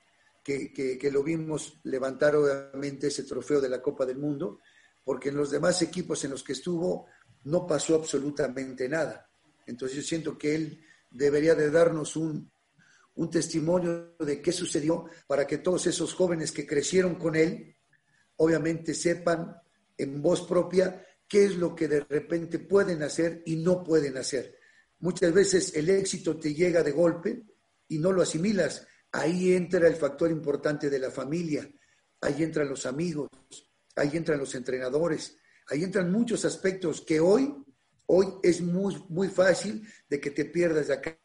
que lo vimos levantar obviamente ese trofeo de la Copa del Mundo, porque en los demás equipos en los que estuvo no pasó absolutamente nada. Entonces yo siento que él debería de darnos un testimonio de qué sucedió para que todos esos jóvenes que crecieron con él, obviamente sepan en voz propia qué es lo que de repente pueden hacer y no pueden hacer. Muchas veces el éxito te llega de golpe y no lo asimilas. Ahí entra el factor importante de la familia, ahí entran los amigos, ahí entran los entrenadores, ahí entran muchos aspectos que hoy es muy, muy fácil de que te pierdas de acá.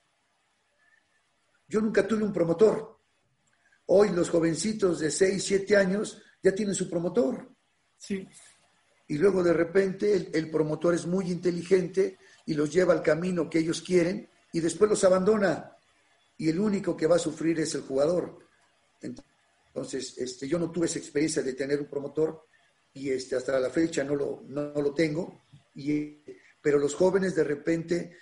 Yo nunca tuve un promotor. Hoy los jovencitos de 6, 7 años ya tienen su promotor. Sí. Y luego de repente el promotor es muy inteligente y los lleva al camino que ellos quieren y después los abandona. Y el único que va a sufrir es el jugador. Entonces, yo no tuve esa experiencia de tener un promotor y hasta la fecha no lo tengo. Pero los jóvenes de repente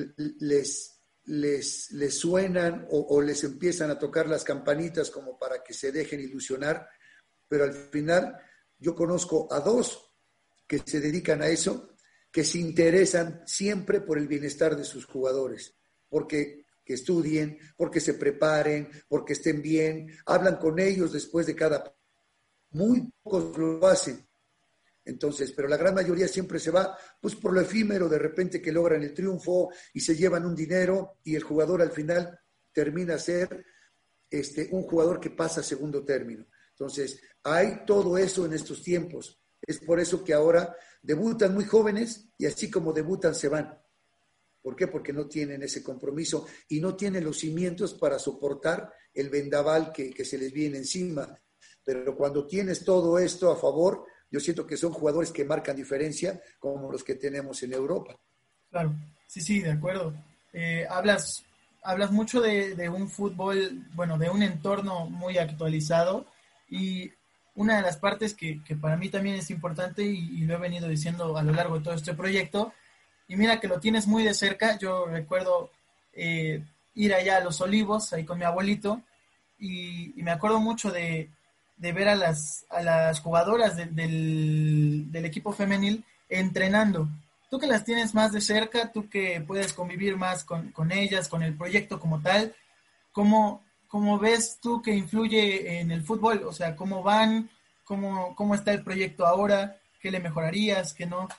les suenan o les empiezan a tocar las campanitas como para que se dejen ilusionar, pero al final yo conozco a 2 que se dedican a eso, que se interesan siempre por el bienestar de sus jugadores, porque que estudien, porque se preparen, porque estén bien, hablan con ellos después de cada muy pocos lo hacen. Entonces, pero la gran mayoría siempre se va pues por lo efímero, de repente que logran el triunfo y se llevan un dinero y el jugador al final termina a ser un jugador que pasa a segundo término. Entonces, hay todo eso en estos tiempos. Es por eso que ahora debutan muy jóvenes y así como debutan se van. ¿Por qué? Porque no tienen ese compromiso y no tienen los cimientos para soportar el vendaval que se les viene encima. Pero cuando tienes todo esto a favor, yo siento que son jugadores que marcan diferencia como los que tenemos en Europa. Claro, sí, de acuerdo. Hablas mucho de un fútbol, bueno, de un entorno muy actualizado, y una de las partes que para mí también es importante y lo he venido diciendo a lo largo de todo este proyecto, y mira que lo tienes muy de cerca. Yo recuerdo ir allá a Los Olivos, ahí con mi abuelito, y me acuerdo mucho de ver a las jugadoras del equipo femenil entrenando. Tú que las tienes más de cerca, tú que puedes convivir más con ellas, con el proyecto como tal, ¿cómo ves tú que influye en el fútbol? O sea, ¿cómo van? ¿Cómo está el proyecto ahora? ¿Qué le mejorarías? ¿Qué no?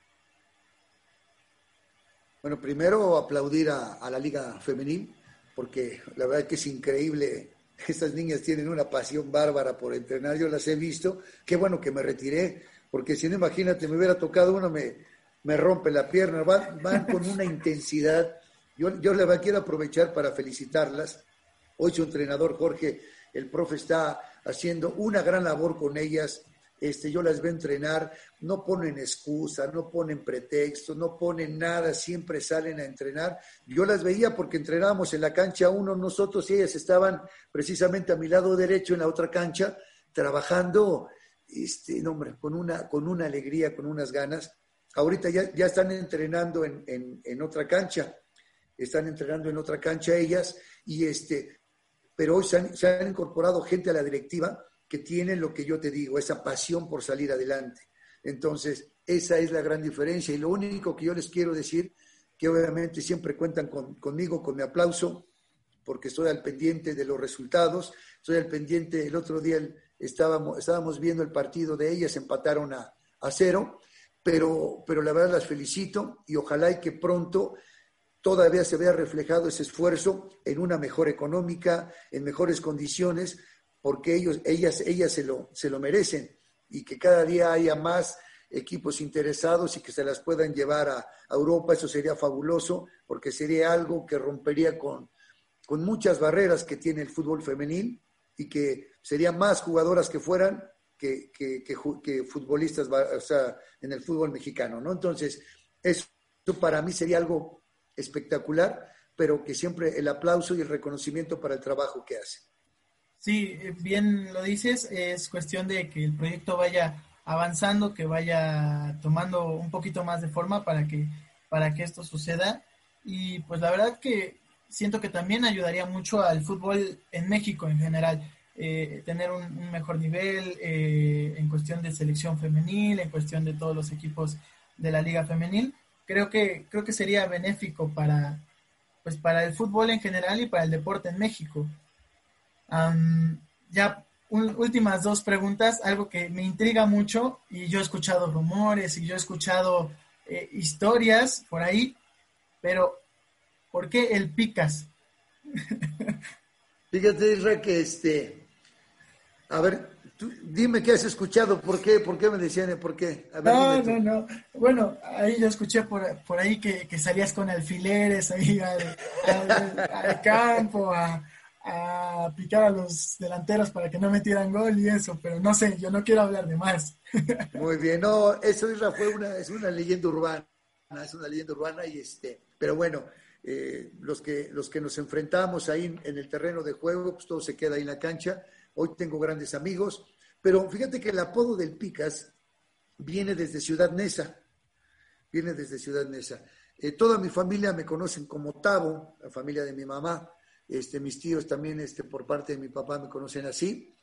Bueno, primero aplaudir a la Liga Femenil, porque la verdad que es increíble. Estas niñas tienen una pasión bárbara por entrenar, yo las he visto. Qué bueno que me retiré, porque si no, imagínate, me hubiera tocado uno, me rompe la pierna. Van con una intensidad. Yo la verdad quiero aprovechar para felicitarlas. Hoy su entrenador Jorge, el profe, está haciendo una gran labor con ellas. Yo las veo entrenar, no ponen excusa, no ponen pretexto, no ponen nada, siempre salen a entrenar. Yo las veía porque entrenábamos en la cancha uno, nosotros, y ellas estaban precisamente a mi lado derecho en la otra cancha, trabajando, no, hombre, con una alegría, con unas ganas. Ahorita ya están entrenando en otra cancha, ellas, pero hoy se han incorporado gente a la directiva que tienen lo que yo te digo, esa pasión por salir adelante. Entonces, esa es la gran diferencia. Y lo único que yo les quiero decir, que obviamente siempre cuentan conmigo, con mi aplauso, porque estoy al pendiente de los resultados, estoy al pendiente. El otro día estábamos viendo el partido de ellas, empataron a 0, pero la verdad las felicito y ojalá y que pronto todavía se vea reflejado ese esfuerzo en una mejor económica, en mejores condiciones, porque ellas se lo merecen, y que cada día haya más equipos interesados y que se las puedan llevar a Europa. Eso sería fabuloso, porque sería algo que rompería con muchas barreras que tiene el fútbol femenil, y que serían más jugadoras que fueran que futbolistas, o sea, en el fútbol mexicano, ¿no? Entonces, eso para mí sería algo espectacular, pero que siempre el aplauso y el reconocimiento para el trabajo que hacen. Sí, bien lo dices, es cuestión de que el proyecto vaya avanzando, que vaya tomando un poquito más de forma para que esto suceda. Y pues la verdad que siento que también ayudaría mucho al fútbol en México en general, tener un mejor nivel en cuestión de selección femenil, en cuestión de todos los equipos de la liga femenil. Creo que sería benéfico para el fútbol en general y para el deporte en México. Últimas dos preguntas, algo que me intriga mucho, y yo he escuchado rumores y yo he escuchado historias por ahí, pero ¿por qué el Picas? Fíjate, Isra, que a ver, tú dime qué has escuchado, ¿por qué me decían, por qué? A ver, No, bueno, ahí yo escuché por ahí que salías con alfileres ahí al campo a picar a los delanteros para que no metieran gol y eso, pero no sé, yo no quiero hablar de más. Muy bien, no, eso, Isra, es una leyenda urbana, pero bueno, los que nos enfrentamos ahí en el terreno de juego, pues todo se queda ahí en la cancha. Hoy tengo grandes amigos, pero fíjate que el apodo del Picas viene desde Ciudad Neza. Toda mi familia me conocen como Tavo, la familia de mi mamá. Mis tíos también, por parte de mi papá, me conocen así.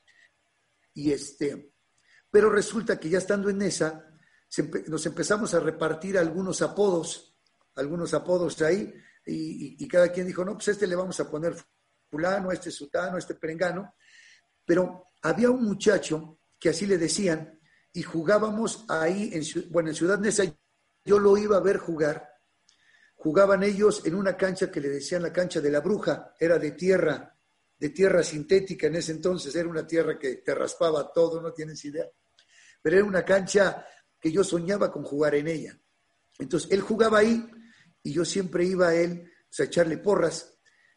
Pero resulta que ya estando en Neza, nos empezamos a repartir algunos apodos ahí, y cada quien dijo, no, pues le vamos a poner fulano, sutano, perengano. Pero había un muchacho que así le decían, y jugábamos ahí, en Ciudad Neza, yo lo iba a ver jugar. Jugaban ellos en una cancha que le decían la cancha de la Bruja, era de tierra sintética en ese entonces, era una tierra que te raspaba todo, no tienes idea. Pero era una cancha que yo soñaba con jugar en ella. Entonces, él jugaba ahí y yo siempre iba a él a echarle porras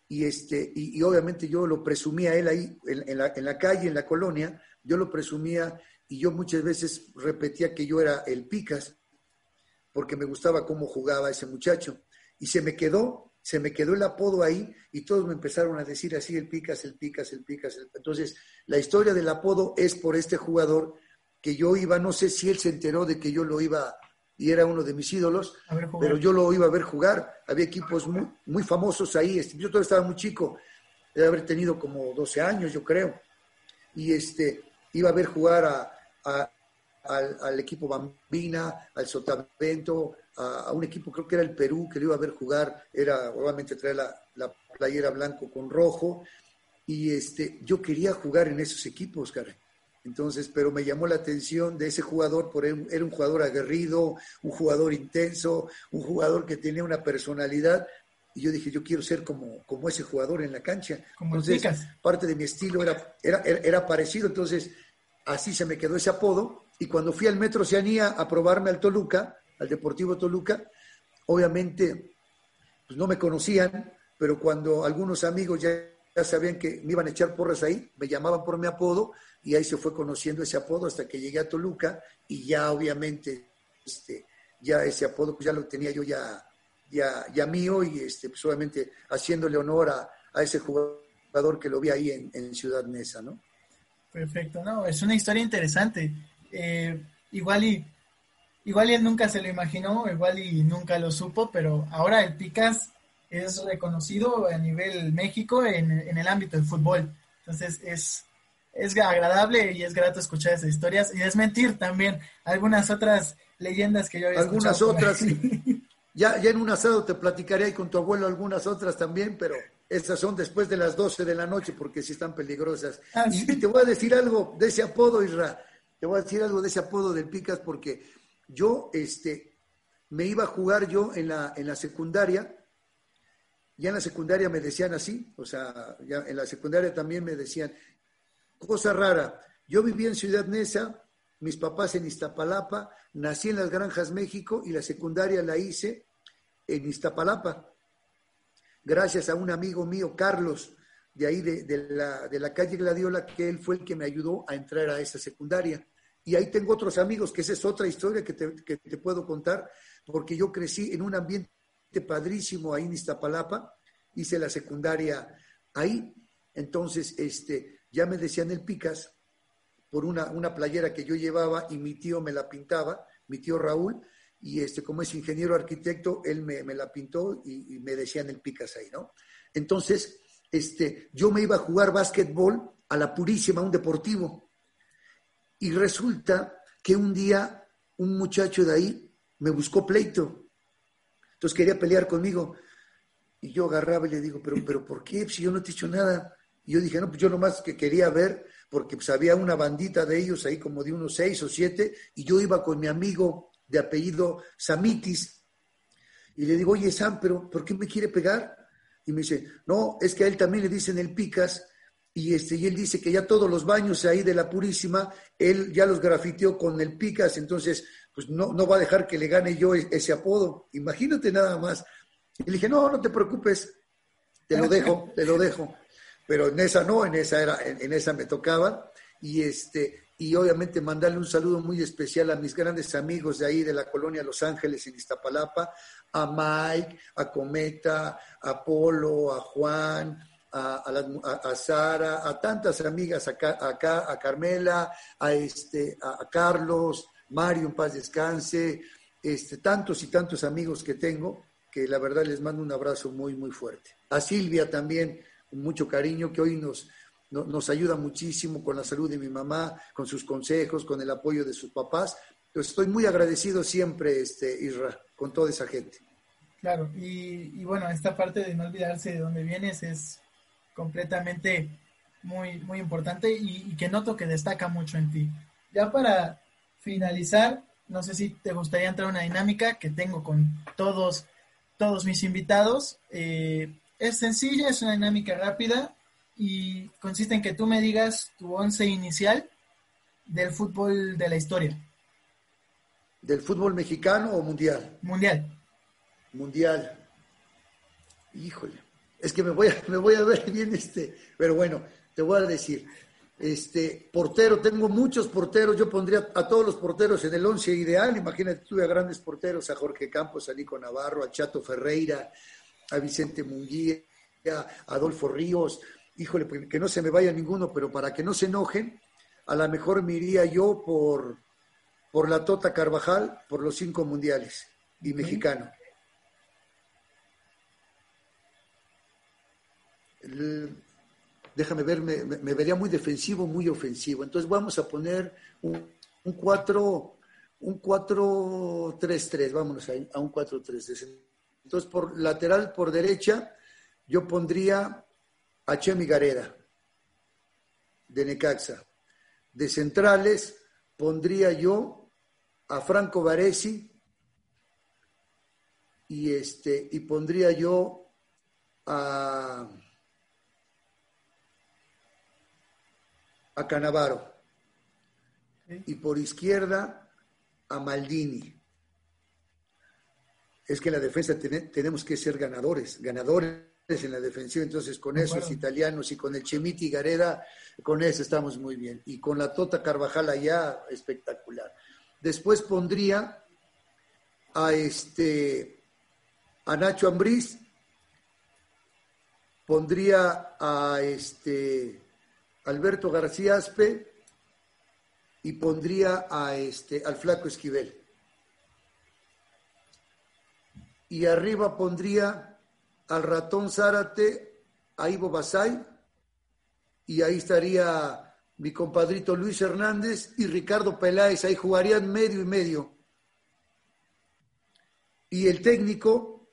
y obviamente yo lo presumía a él ahí en la calle, en la colonia, yo lo presumía y yo muchas veces repetía que yo era el Picas porque me gustaba cómo jugaba ese muchacho. Y se me quedó el apodo ahí y todos me empezaron a decir así, el Picas, el Picas, el Picas. Entonces, la historia del apodo es por este jugador que yo iba, no sé si él se enteró de que yo lo iba y era uno de mis ídolos, pero yo lo iba a ver jugar. Había equipos muy, muy famosos ahí. Yo todavía estaba muy chico, de haber tenido como 12 años, yo creo. Y iba a ver jugar al equipo Bambina, al Sotavento, a un equipo, creo que era el Perú, que lo iba a ver jugar, era obviamente traer la playera blanco con rojo, y yo quería jugar en esos equipos, caray. Entonces, pero me llamó la atención de ese jugador, era un jugador aguerrido, un jugador intenso, un jugador que tenía una personalidad, y yo dije, yo quiero ser como ese jugador en la cancha. Como entonces, parte de mi estilo era parecido, entonces así se me quedó ese apodo, y cuando fui al Metro Oceanía a probarme al Toluca, al Deportivo Toluca, obviamente pues no me conocían, pero cuando algunos amigos ya sabían que me iban a echar porras ahí, me llamaban por mi apodo, y ahí se fue conociendo ese apodo hasta que llegué a Toluca, y ya obviamente ya ese apodo pues ya lo tenía yo ya mío, y pues obviamente haciéndole honor a ese jugador que lo vi ahí en Ciudad Neza, ¿no? Perfecto, no, es una historia interesante. Igual y él nunca se lo imaginó, igual y nunca lo supo, pero ahora el Picas es reconocido a nivel México en el ámbito del fútbol. Entonces es agradable y es grato escuchar esas historias y desmentir también algunas otras leyendas que yo había escuchado. Algunas otras, sí. Ya en un asado te platicaré ahí con tu abuelo algunas otras también, pero esas son después de las 12 de la noche porque sí están peligrosas. Sí. Y te voy a decir algo de ese apodo, Isra. Te voy a decir algo de ese apodo del Picas porque yo me iba a jugar yo en la secundaria. Ya en la secundaria me decían así, o sea, ya en la secundaria también me decían, cosa rara, yo viví en Ciudad Neza, mis papás en Iztapalapa, nací en Las Granjas, México, y la secundaria la hice en Iztapalapa, gracias a un amigo mío, Carlos, de ahí de la calle Gladiola, que él fue el que me ayudó a entrar a esa secundaria. Y ahí tengo otros amigos, que esa es otra historia que te puedo contar, porque yo crecí en un ambiente padrísimo ahí en Iztapalapa, hice la secundaria ahí, entonces ya me decían el Picas por una playera que yo llevaba y mi tío me la pintaba, mi tío Raúl, y como es ingeniero arquitecto, él me la pintó y me decían el Picas ahí, ¿no? Entonces, yo me iba a jugar básquetbol a la Purísima, un deportivo, y resulta que un día un muchacho de ahí me buscó pleito. Entonces quería pelear conmigo. Y yo agarraba y le digo, pero ¿por qué? Si yo no te he hecho nada. Y yo dije, no, pues yo nomás que quería ver, porque pues había una bandita de ellos ahí como de unos 6 o 7, y yo iba con mi amigo de apellido Samitis. Y le digo, oye, Sam, pero ¿por qué me quiere pegar? Y me dice, no, es que a él también le dicen el Picas, y él dice que ya todos los baños ahí de la Purísima, él ya los grafiteó con el Picas, entonces pues no va a dejar que le gane yo ese apodo. Imagínate nada más. Y le dije, no te preocupes, te lo dejo. Pero en esa no, en esa me tocaba. Y obviamente mandarle un saludo muy especial a mis grandes amigos de ahí de la colonia Los Ángeles en Iztapalapa, a Mike, a Cometa, a Polo, a Juan, a Sara, a tantas amigas acá, a Carmela, a Carlos, Mario, en paz descanse, tantos y tantos amigos que tengo, que la verdad les mando un abrazo muy, muy fuerte. A Silvia también, con mucho cariño, que hoy nos ayuda muchísimo con la salud de mi mamá, con sus consejos, con el apoyo de sus papás. Entonces estoy muy agradecido siempre, Isra, con toda esa gente. Claro, y bueno, esta parte de no olvidarse de dónde vienes es completamente muy, muy importante y que noto que destaca mucho en ti. ya para finalizar, no sé si te gustaría entrar a una dinámica que tengo con todos mis invitados. Es sencilla, es una dinámica rápida y consiste en que tú me digas tu once inicial del fútbol de la historia. ¿Del fútbol mexicano o mundial? Mundial. Mundial. Híjole, es que me voy a ver bien pero bueno, te voy a decir, portero, tengo muchos porteros, yo pondría a todos los porteros en el 11 ideal. Imagínate, tuve a grandes porteros, a Jorge Campos, a Nico Navarro, a Chato Ferreira, a Vicente Munguía, a Adolfo Ríos. Híjole, pues, que no se me vaya ninguno, pero para que no se enojen, a lo mejor me iría yo por la Tota Carvajal, por los 5 mundiales y mexicano. Déjame ver, me vería muy defensivo, muy ofensivo. Entonces vamos a poner un 4-3-3, vámonos a un 4-3-3. Entonces por lateral, por derecha, yo pondría a Chemi Gareda, de Necaxa. De centrales, pondría yo a Franco Baresi y pondría yo a Cannavaro. Sí. Y por izquierda a Maldini. Es que en la defensa tenemos que ser ganadores en la defensiva, entonces con esos italianos y con el Chemiti Gareda, con eso estamos muy bien. Y con la Tota Carvajal allá, espectacular. Después pondría a Nacho Ambriz, pondría a Alberto García Aspe y pondría al Flaco Esquivel. Y arriba pondría al Ratón Zárate, a Ivo Basay, y ahí estaría mi compadrito Luis Hernández y Ricardo Peláez, ahí jugarían medio y medio. Y el técnico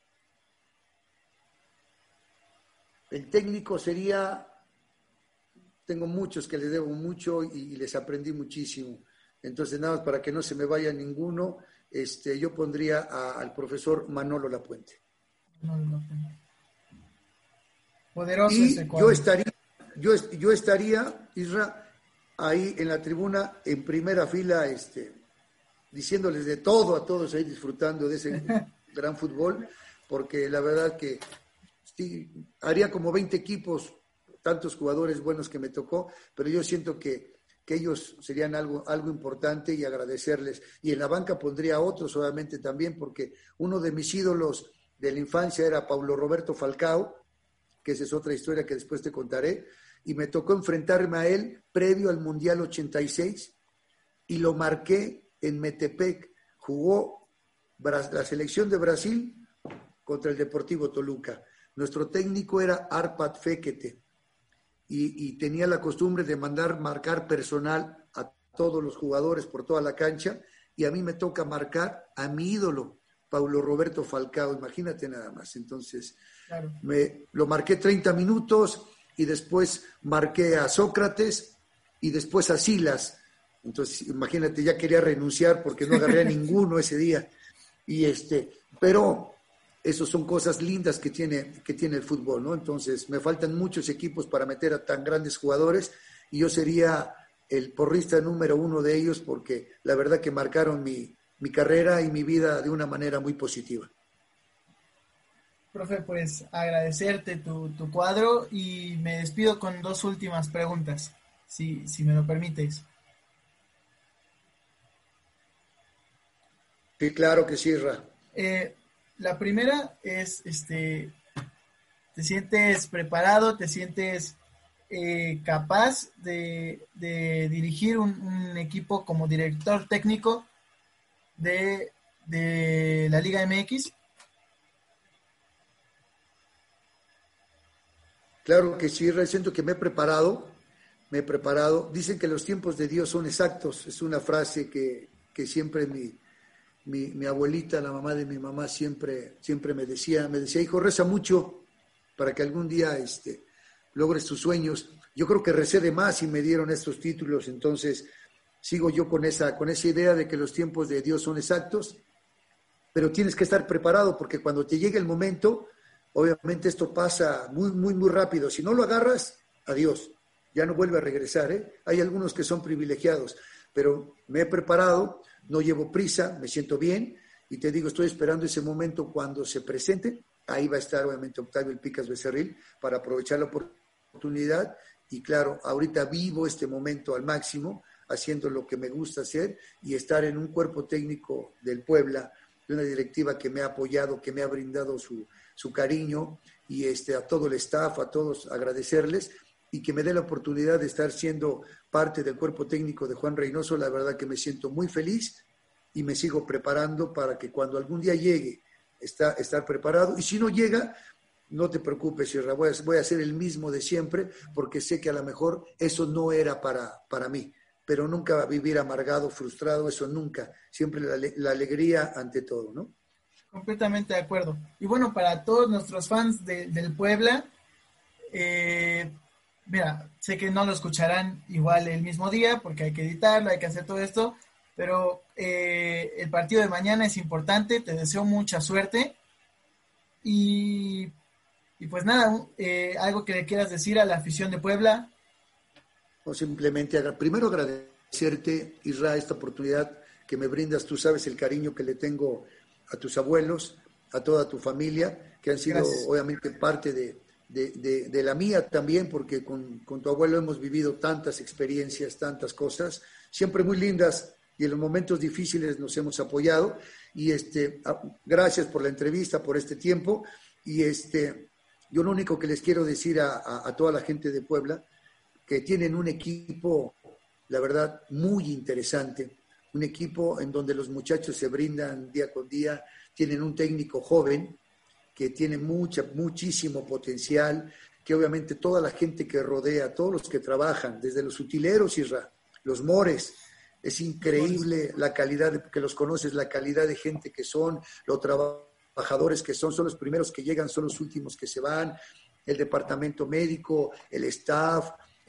sería, tengo muchos que les debo mucho y les aprendí muchísimo. Entonces, nada más para que no se me vaya ninguno, yo pondría al profesor Manolo Lapuente. Poderoso y ese cuadro. yo estaría, Isra, ahí en la tribuna, en primera fila, diciéndoles de todo a todos ahí, disfrutando de ese gran fútbol, porque la verdad que sí, haría como 20 equipos, tantos jugadores buenos que me tocó, pero yo siento que ellos serían algo importante y agradecerles. Y en la banca pondría a otros, obviamente, también, porque uno de mis ídolos de la infancia era Paulo Roberto Falcao, que esa es otra historia que después te contaré, y me tocó enfrentarme a él previo al Mundial 86, y lo marqué en Metepec. Jugó la selección de Brasil contra el Deportivo Toluca. Nuestro técnico era Arpad Fekete, y tenía la costumbre de mandar marcar personal a todos los jugadores por toda la cancha, y a mí me toca marcar a mi ídolo, Paulo Roberto Falcao, imagínate nada más. Entonces, claro, lo marqué 30 minutos, y después marqué a Sócrates, y después a Silas. Entonces, imagínate, ya quería renunciar porque no agarré a ninguno ese día. Pero esas son cosas lindas que tiene el fútbol, ¿no? Entonces, me faltan muchos equipos para meter a tan grandes jugadores, y yo sería el porrista número 1 de ellos, porque la verdad que marcaron mi carrera y mi vida de una manera muy positiva. Profe, pues agradecerte tu cuadro, y me despido con 2 últimas preguntas, si me lo permites. Sí, claro que sí, Ra. La primera es, ¿te sientes preparado, te sientes capaz de dirigir un equipo como director técnico de la Liga MX? Claro que sí, Ra, siento que me he preparado. Dicen que los tiempos de Dios son exactos, es una frase que siempre mi abuelita, la mamá de mi mamá, siempre me decía, hijo, reza mucho para que algún día logres tus sueños. Yo creo que recé de más y me dieron estos títulos, entonces sigo yo con esa idea de que los tiempos de Dios son exactos, pero tienes que estar preparado porque cuando te llegue el momento, obviamente esto pasa muy, muy, muy rápido. Si no lo agarras, adiós, ya no vuelve a regresar, ¿eh? Hay algunos que son privilegiados, pero me he preparado, no llevo prisa, me siento bien y te digo, estoy esperando ese momento cuando se presente. Ahí va a estar obviamente Octavio El Picas Becerril para aprovechar la oportunidad y claro, ahorita vivo este momento al máximo, haciendo lo que me gusta hacer y estar en un cuerpo técnico del Puebla, de una directiva que me ha apoyado, que me ha brindado su cariño y a todo el staff, a todos agradecerles y que me dé la oportunidad de estar siendo parte del cuerpo técnico de Juan Reynoso. La verdad que me siento muy feliz y me sigo preparando para que cuando algún día llegue, estar preparado. Y si no llega, no te preocupes, Sierra, voy a ser el mismo de siempre, porque sé que a lo mejor eso no era para mí, pero nunca vivir amargado, frustrado, eso nunca. Siempre la alegría ante todo, ¿no? Completamente de acuerdo. Y bueno, para todos nuestros fans del Puebla, mira, sé que no lo escucharán igual el mismo día, porque hay que editarlo, hay que hacer todo esto, pero el partido de mañana es importante, te deseo mucha suerte y pues nada, algo que le quieras decir a la afición de Puebla. O simplemente primero agradecerte, Isra, esta oportunidad que me brindas. Tú sabes el cariño que le tengo a tus abuelos, a toda tu familia, que han sido Gracias. Obviamente parte de la mía también, porque con tu abuelo hemos vivido tantas experiencias, tantas cosas, siempre muy lindas, y en los momentos difíciles nos hemos apoyado. Y gracias por la entrevista, por este tiempo. Y yo lo único que les quiero decir a toda la gente de Puebla, que tienen un equipo, la verdad, muy interesante, un equipo en donde los muchachos se brindan día con día, tienen un técnico joven que tiene muchísimo potencial, que obviamente toda la gente que rodea, todos los que trabajan, desde los utileros, los mores, es increíble la calidad, que los conoces, la calidad de gente que son, los trabajadores que son los primeros que llegan, son los últimos que se van, el departamento médico, el staff,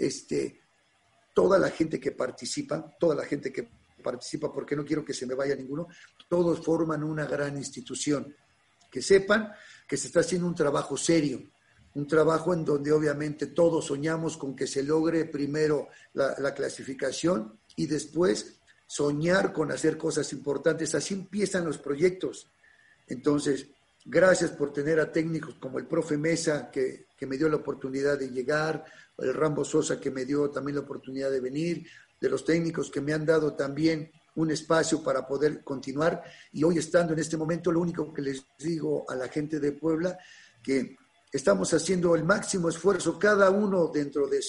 toda la gente que participa, porque no quiero que se me vaya ninguno, todos forman una gran institución. Que sepan que se está haciendo un trabajo serio, un trabajo en donde obviamente todos soñamos con que se logre primero la clasificación y después soñar con hacer cosas importantes. Así empiezan los proyectos. Entonces, gracias por tener a técnicos como el profe Mesa, que me dio la oportunidad de llegar, el Rambo Sosa, que me dio también la oportunidad de venir, de los técnicos que me han dado también un espacio para poder continuar. Y hoy, estando en este momento, lo único que les digo a la gente de Puebla, que estamos haciendo el máximo esfuerzo, cada uno dentro de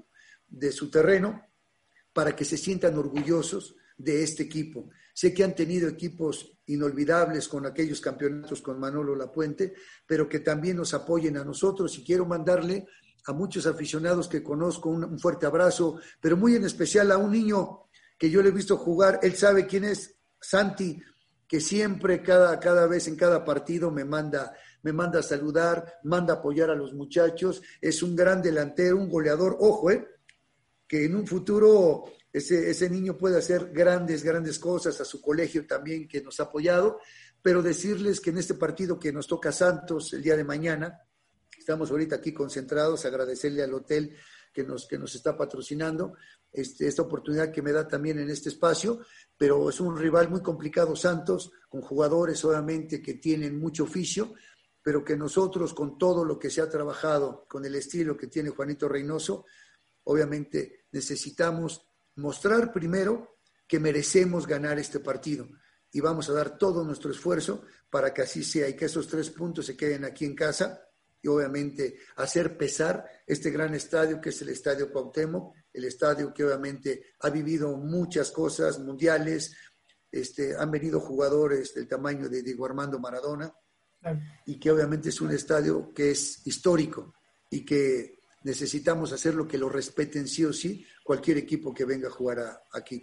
su terreno, para que se sientan orgullosos de este equipo. Sé que han tenido equipos inolvidables con aquellos campeonatos con Manolo Lapuente, pero que también nos apoyen a nosotros, y quiero mandarle a muchos aficionados que conozco un fuerte abrazo, pero muy en especial a un niño que yo le he visto jugar. Él sabe quién es, Santi, que siempre, cada vez en cada partido me manda a saludar, manda a apoyar a los muchachos. Es un gran delantero, un goleador. Ojo, que en un futuro ese niño puede hacer grandes cosas, a su colegio también, que nos ha apoyado. Pero decirles que en este partido que nos toca Santos el día de mañana, estamos ahorita aquí concentrados, agradecerle al hotel que nos está patrocinando esta oportunidad que me da también en este espacio, pero es un rival muy complicado, Santos, con jugadores obviamente que tienen mucho oficio, pero que nosotros, con todo lo que se ha trabajado, con el estilo que tiene Juanito Reynoso, obviamente necesitamos mostrar primero que merecemos ganar este partido, y vamos a dar todo nuestro esfuerzo para que así sea, y que esos 3 puntos se queden aquí en casa, y obviamente hacer pesar este gran estadio que es el Estadio Cuauhtémoc, el estadio que obviamente ha vivido muchas cosas mundiales. Han venido jugadores del tamaño de Diego Armando Maradona, y que obviamente es un estadio que es histórico y que necesitamos hacerlo, que lo respeten sí o sí cualquier equipo que venga a jugar aquí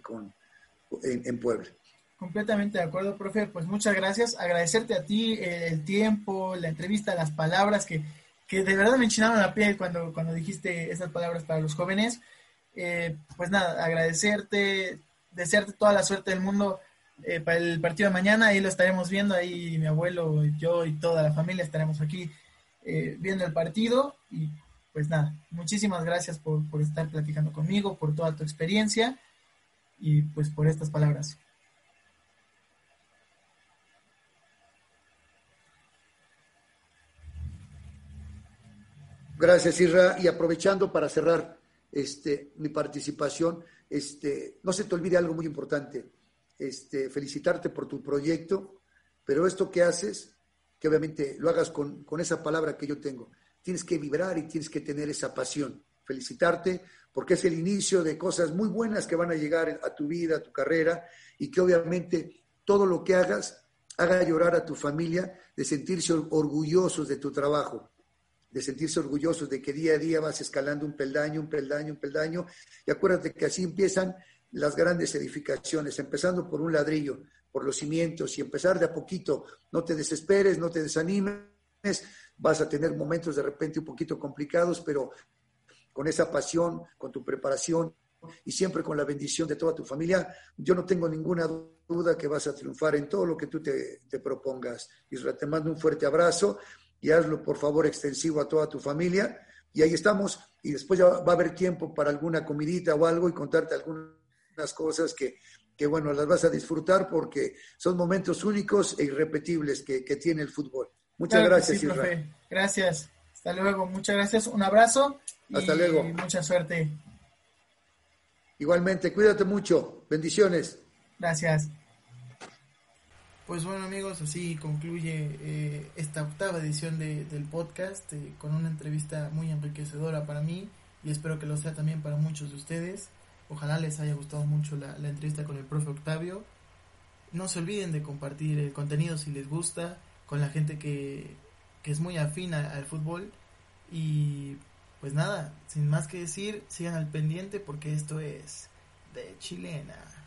en Puebla. Completamente de acuerdo, profe. Pues muchas gracias. Agradecerte a ti el tiempo, la entrevista, las palabras que de verdad me enchinaron la piel cuando dijiste esas palabras para los jóvenes. Pues nada, agradecerte. desearte toda la suerte del mundo para el partido de mañana. Ahí lo estaremos viendo, ahí mi abuelo, yo y toda la familia estaremos aquí viendo el partido. Y pues nada, muchísimas gracias por estar platicando conmigo, por toda tu experiencia y pues por estas palabras. Gracias, Isra. Y aprovechando para cerrar mi participación, no se te olvide algo muy importante, felicitarte por tu proyecto, pero esto que haces, que obviamente lo hagas con esa palabra que yo tengo, tienes que vibrar y tienes que tener esa pasión. Felicitarte porque es el inicio de cosas muy buenas que van a llegar a tu vida, a tu carrera, y que obviamente todo lo que hagas haga llorar a tu familia de sentirse orgullosos de tu trabajo, de sentirse orgullosos de que día a día vas escalando un peldaño, un peldaño, un peldaño, y acuérdate que así empiezan las grandes edificaciones, empezando por un ladrillo, por los cimientos, y empezar de a poquito. No te desesperes, no te desanimes, vas a tener momentos de repente un poquito complicados, pero con esa pasión, con tu preparación y siempre con la bendición de toda tu familia, yo no tengo ninguna duda que vas a triunfar en todo lo que tú te propongas. Isra, te mando un fuerte abrazo y hazlo por favor extensivo a toda tu familia, y ahí estamos, y después ya va a haber tiempo para alguna comidita o algo y contarte algunas cosas que bueno, las vas a disfrutar porque son momentos únicos e irrepetibles que tiene el fútbol. Muchas claro gracias, sí, Isra. profe. Gracias. Hasta luego. Muchas gracias. Un abrazo. Hasta luego. Mucha suerte. Igualmente, cuídate mucho. Bendiciones. Gracias. Pues bueno, amigos, así concluye esta octava edición del podcast con una entrevista muy enriquecedora para mí y espero que lo sea también para muchos de ustedes. Ojalá les haya gustado mucho la entrevista con el profe Octavio. No se olviden de compartir el contenido si les gusta con la gente que es muy afín al fútbol. Y pues nada, sin más que decir, sigan al pendiente porque esto es de Chilena.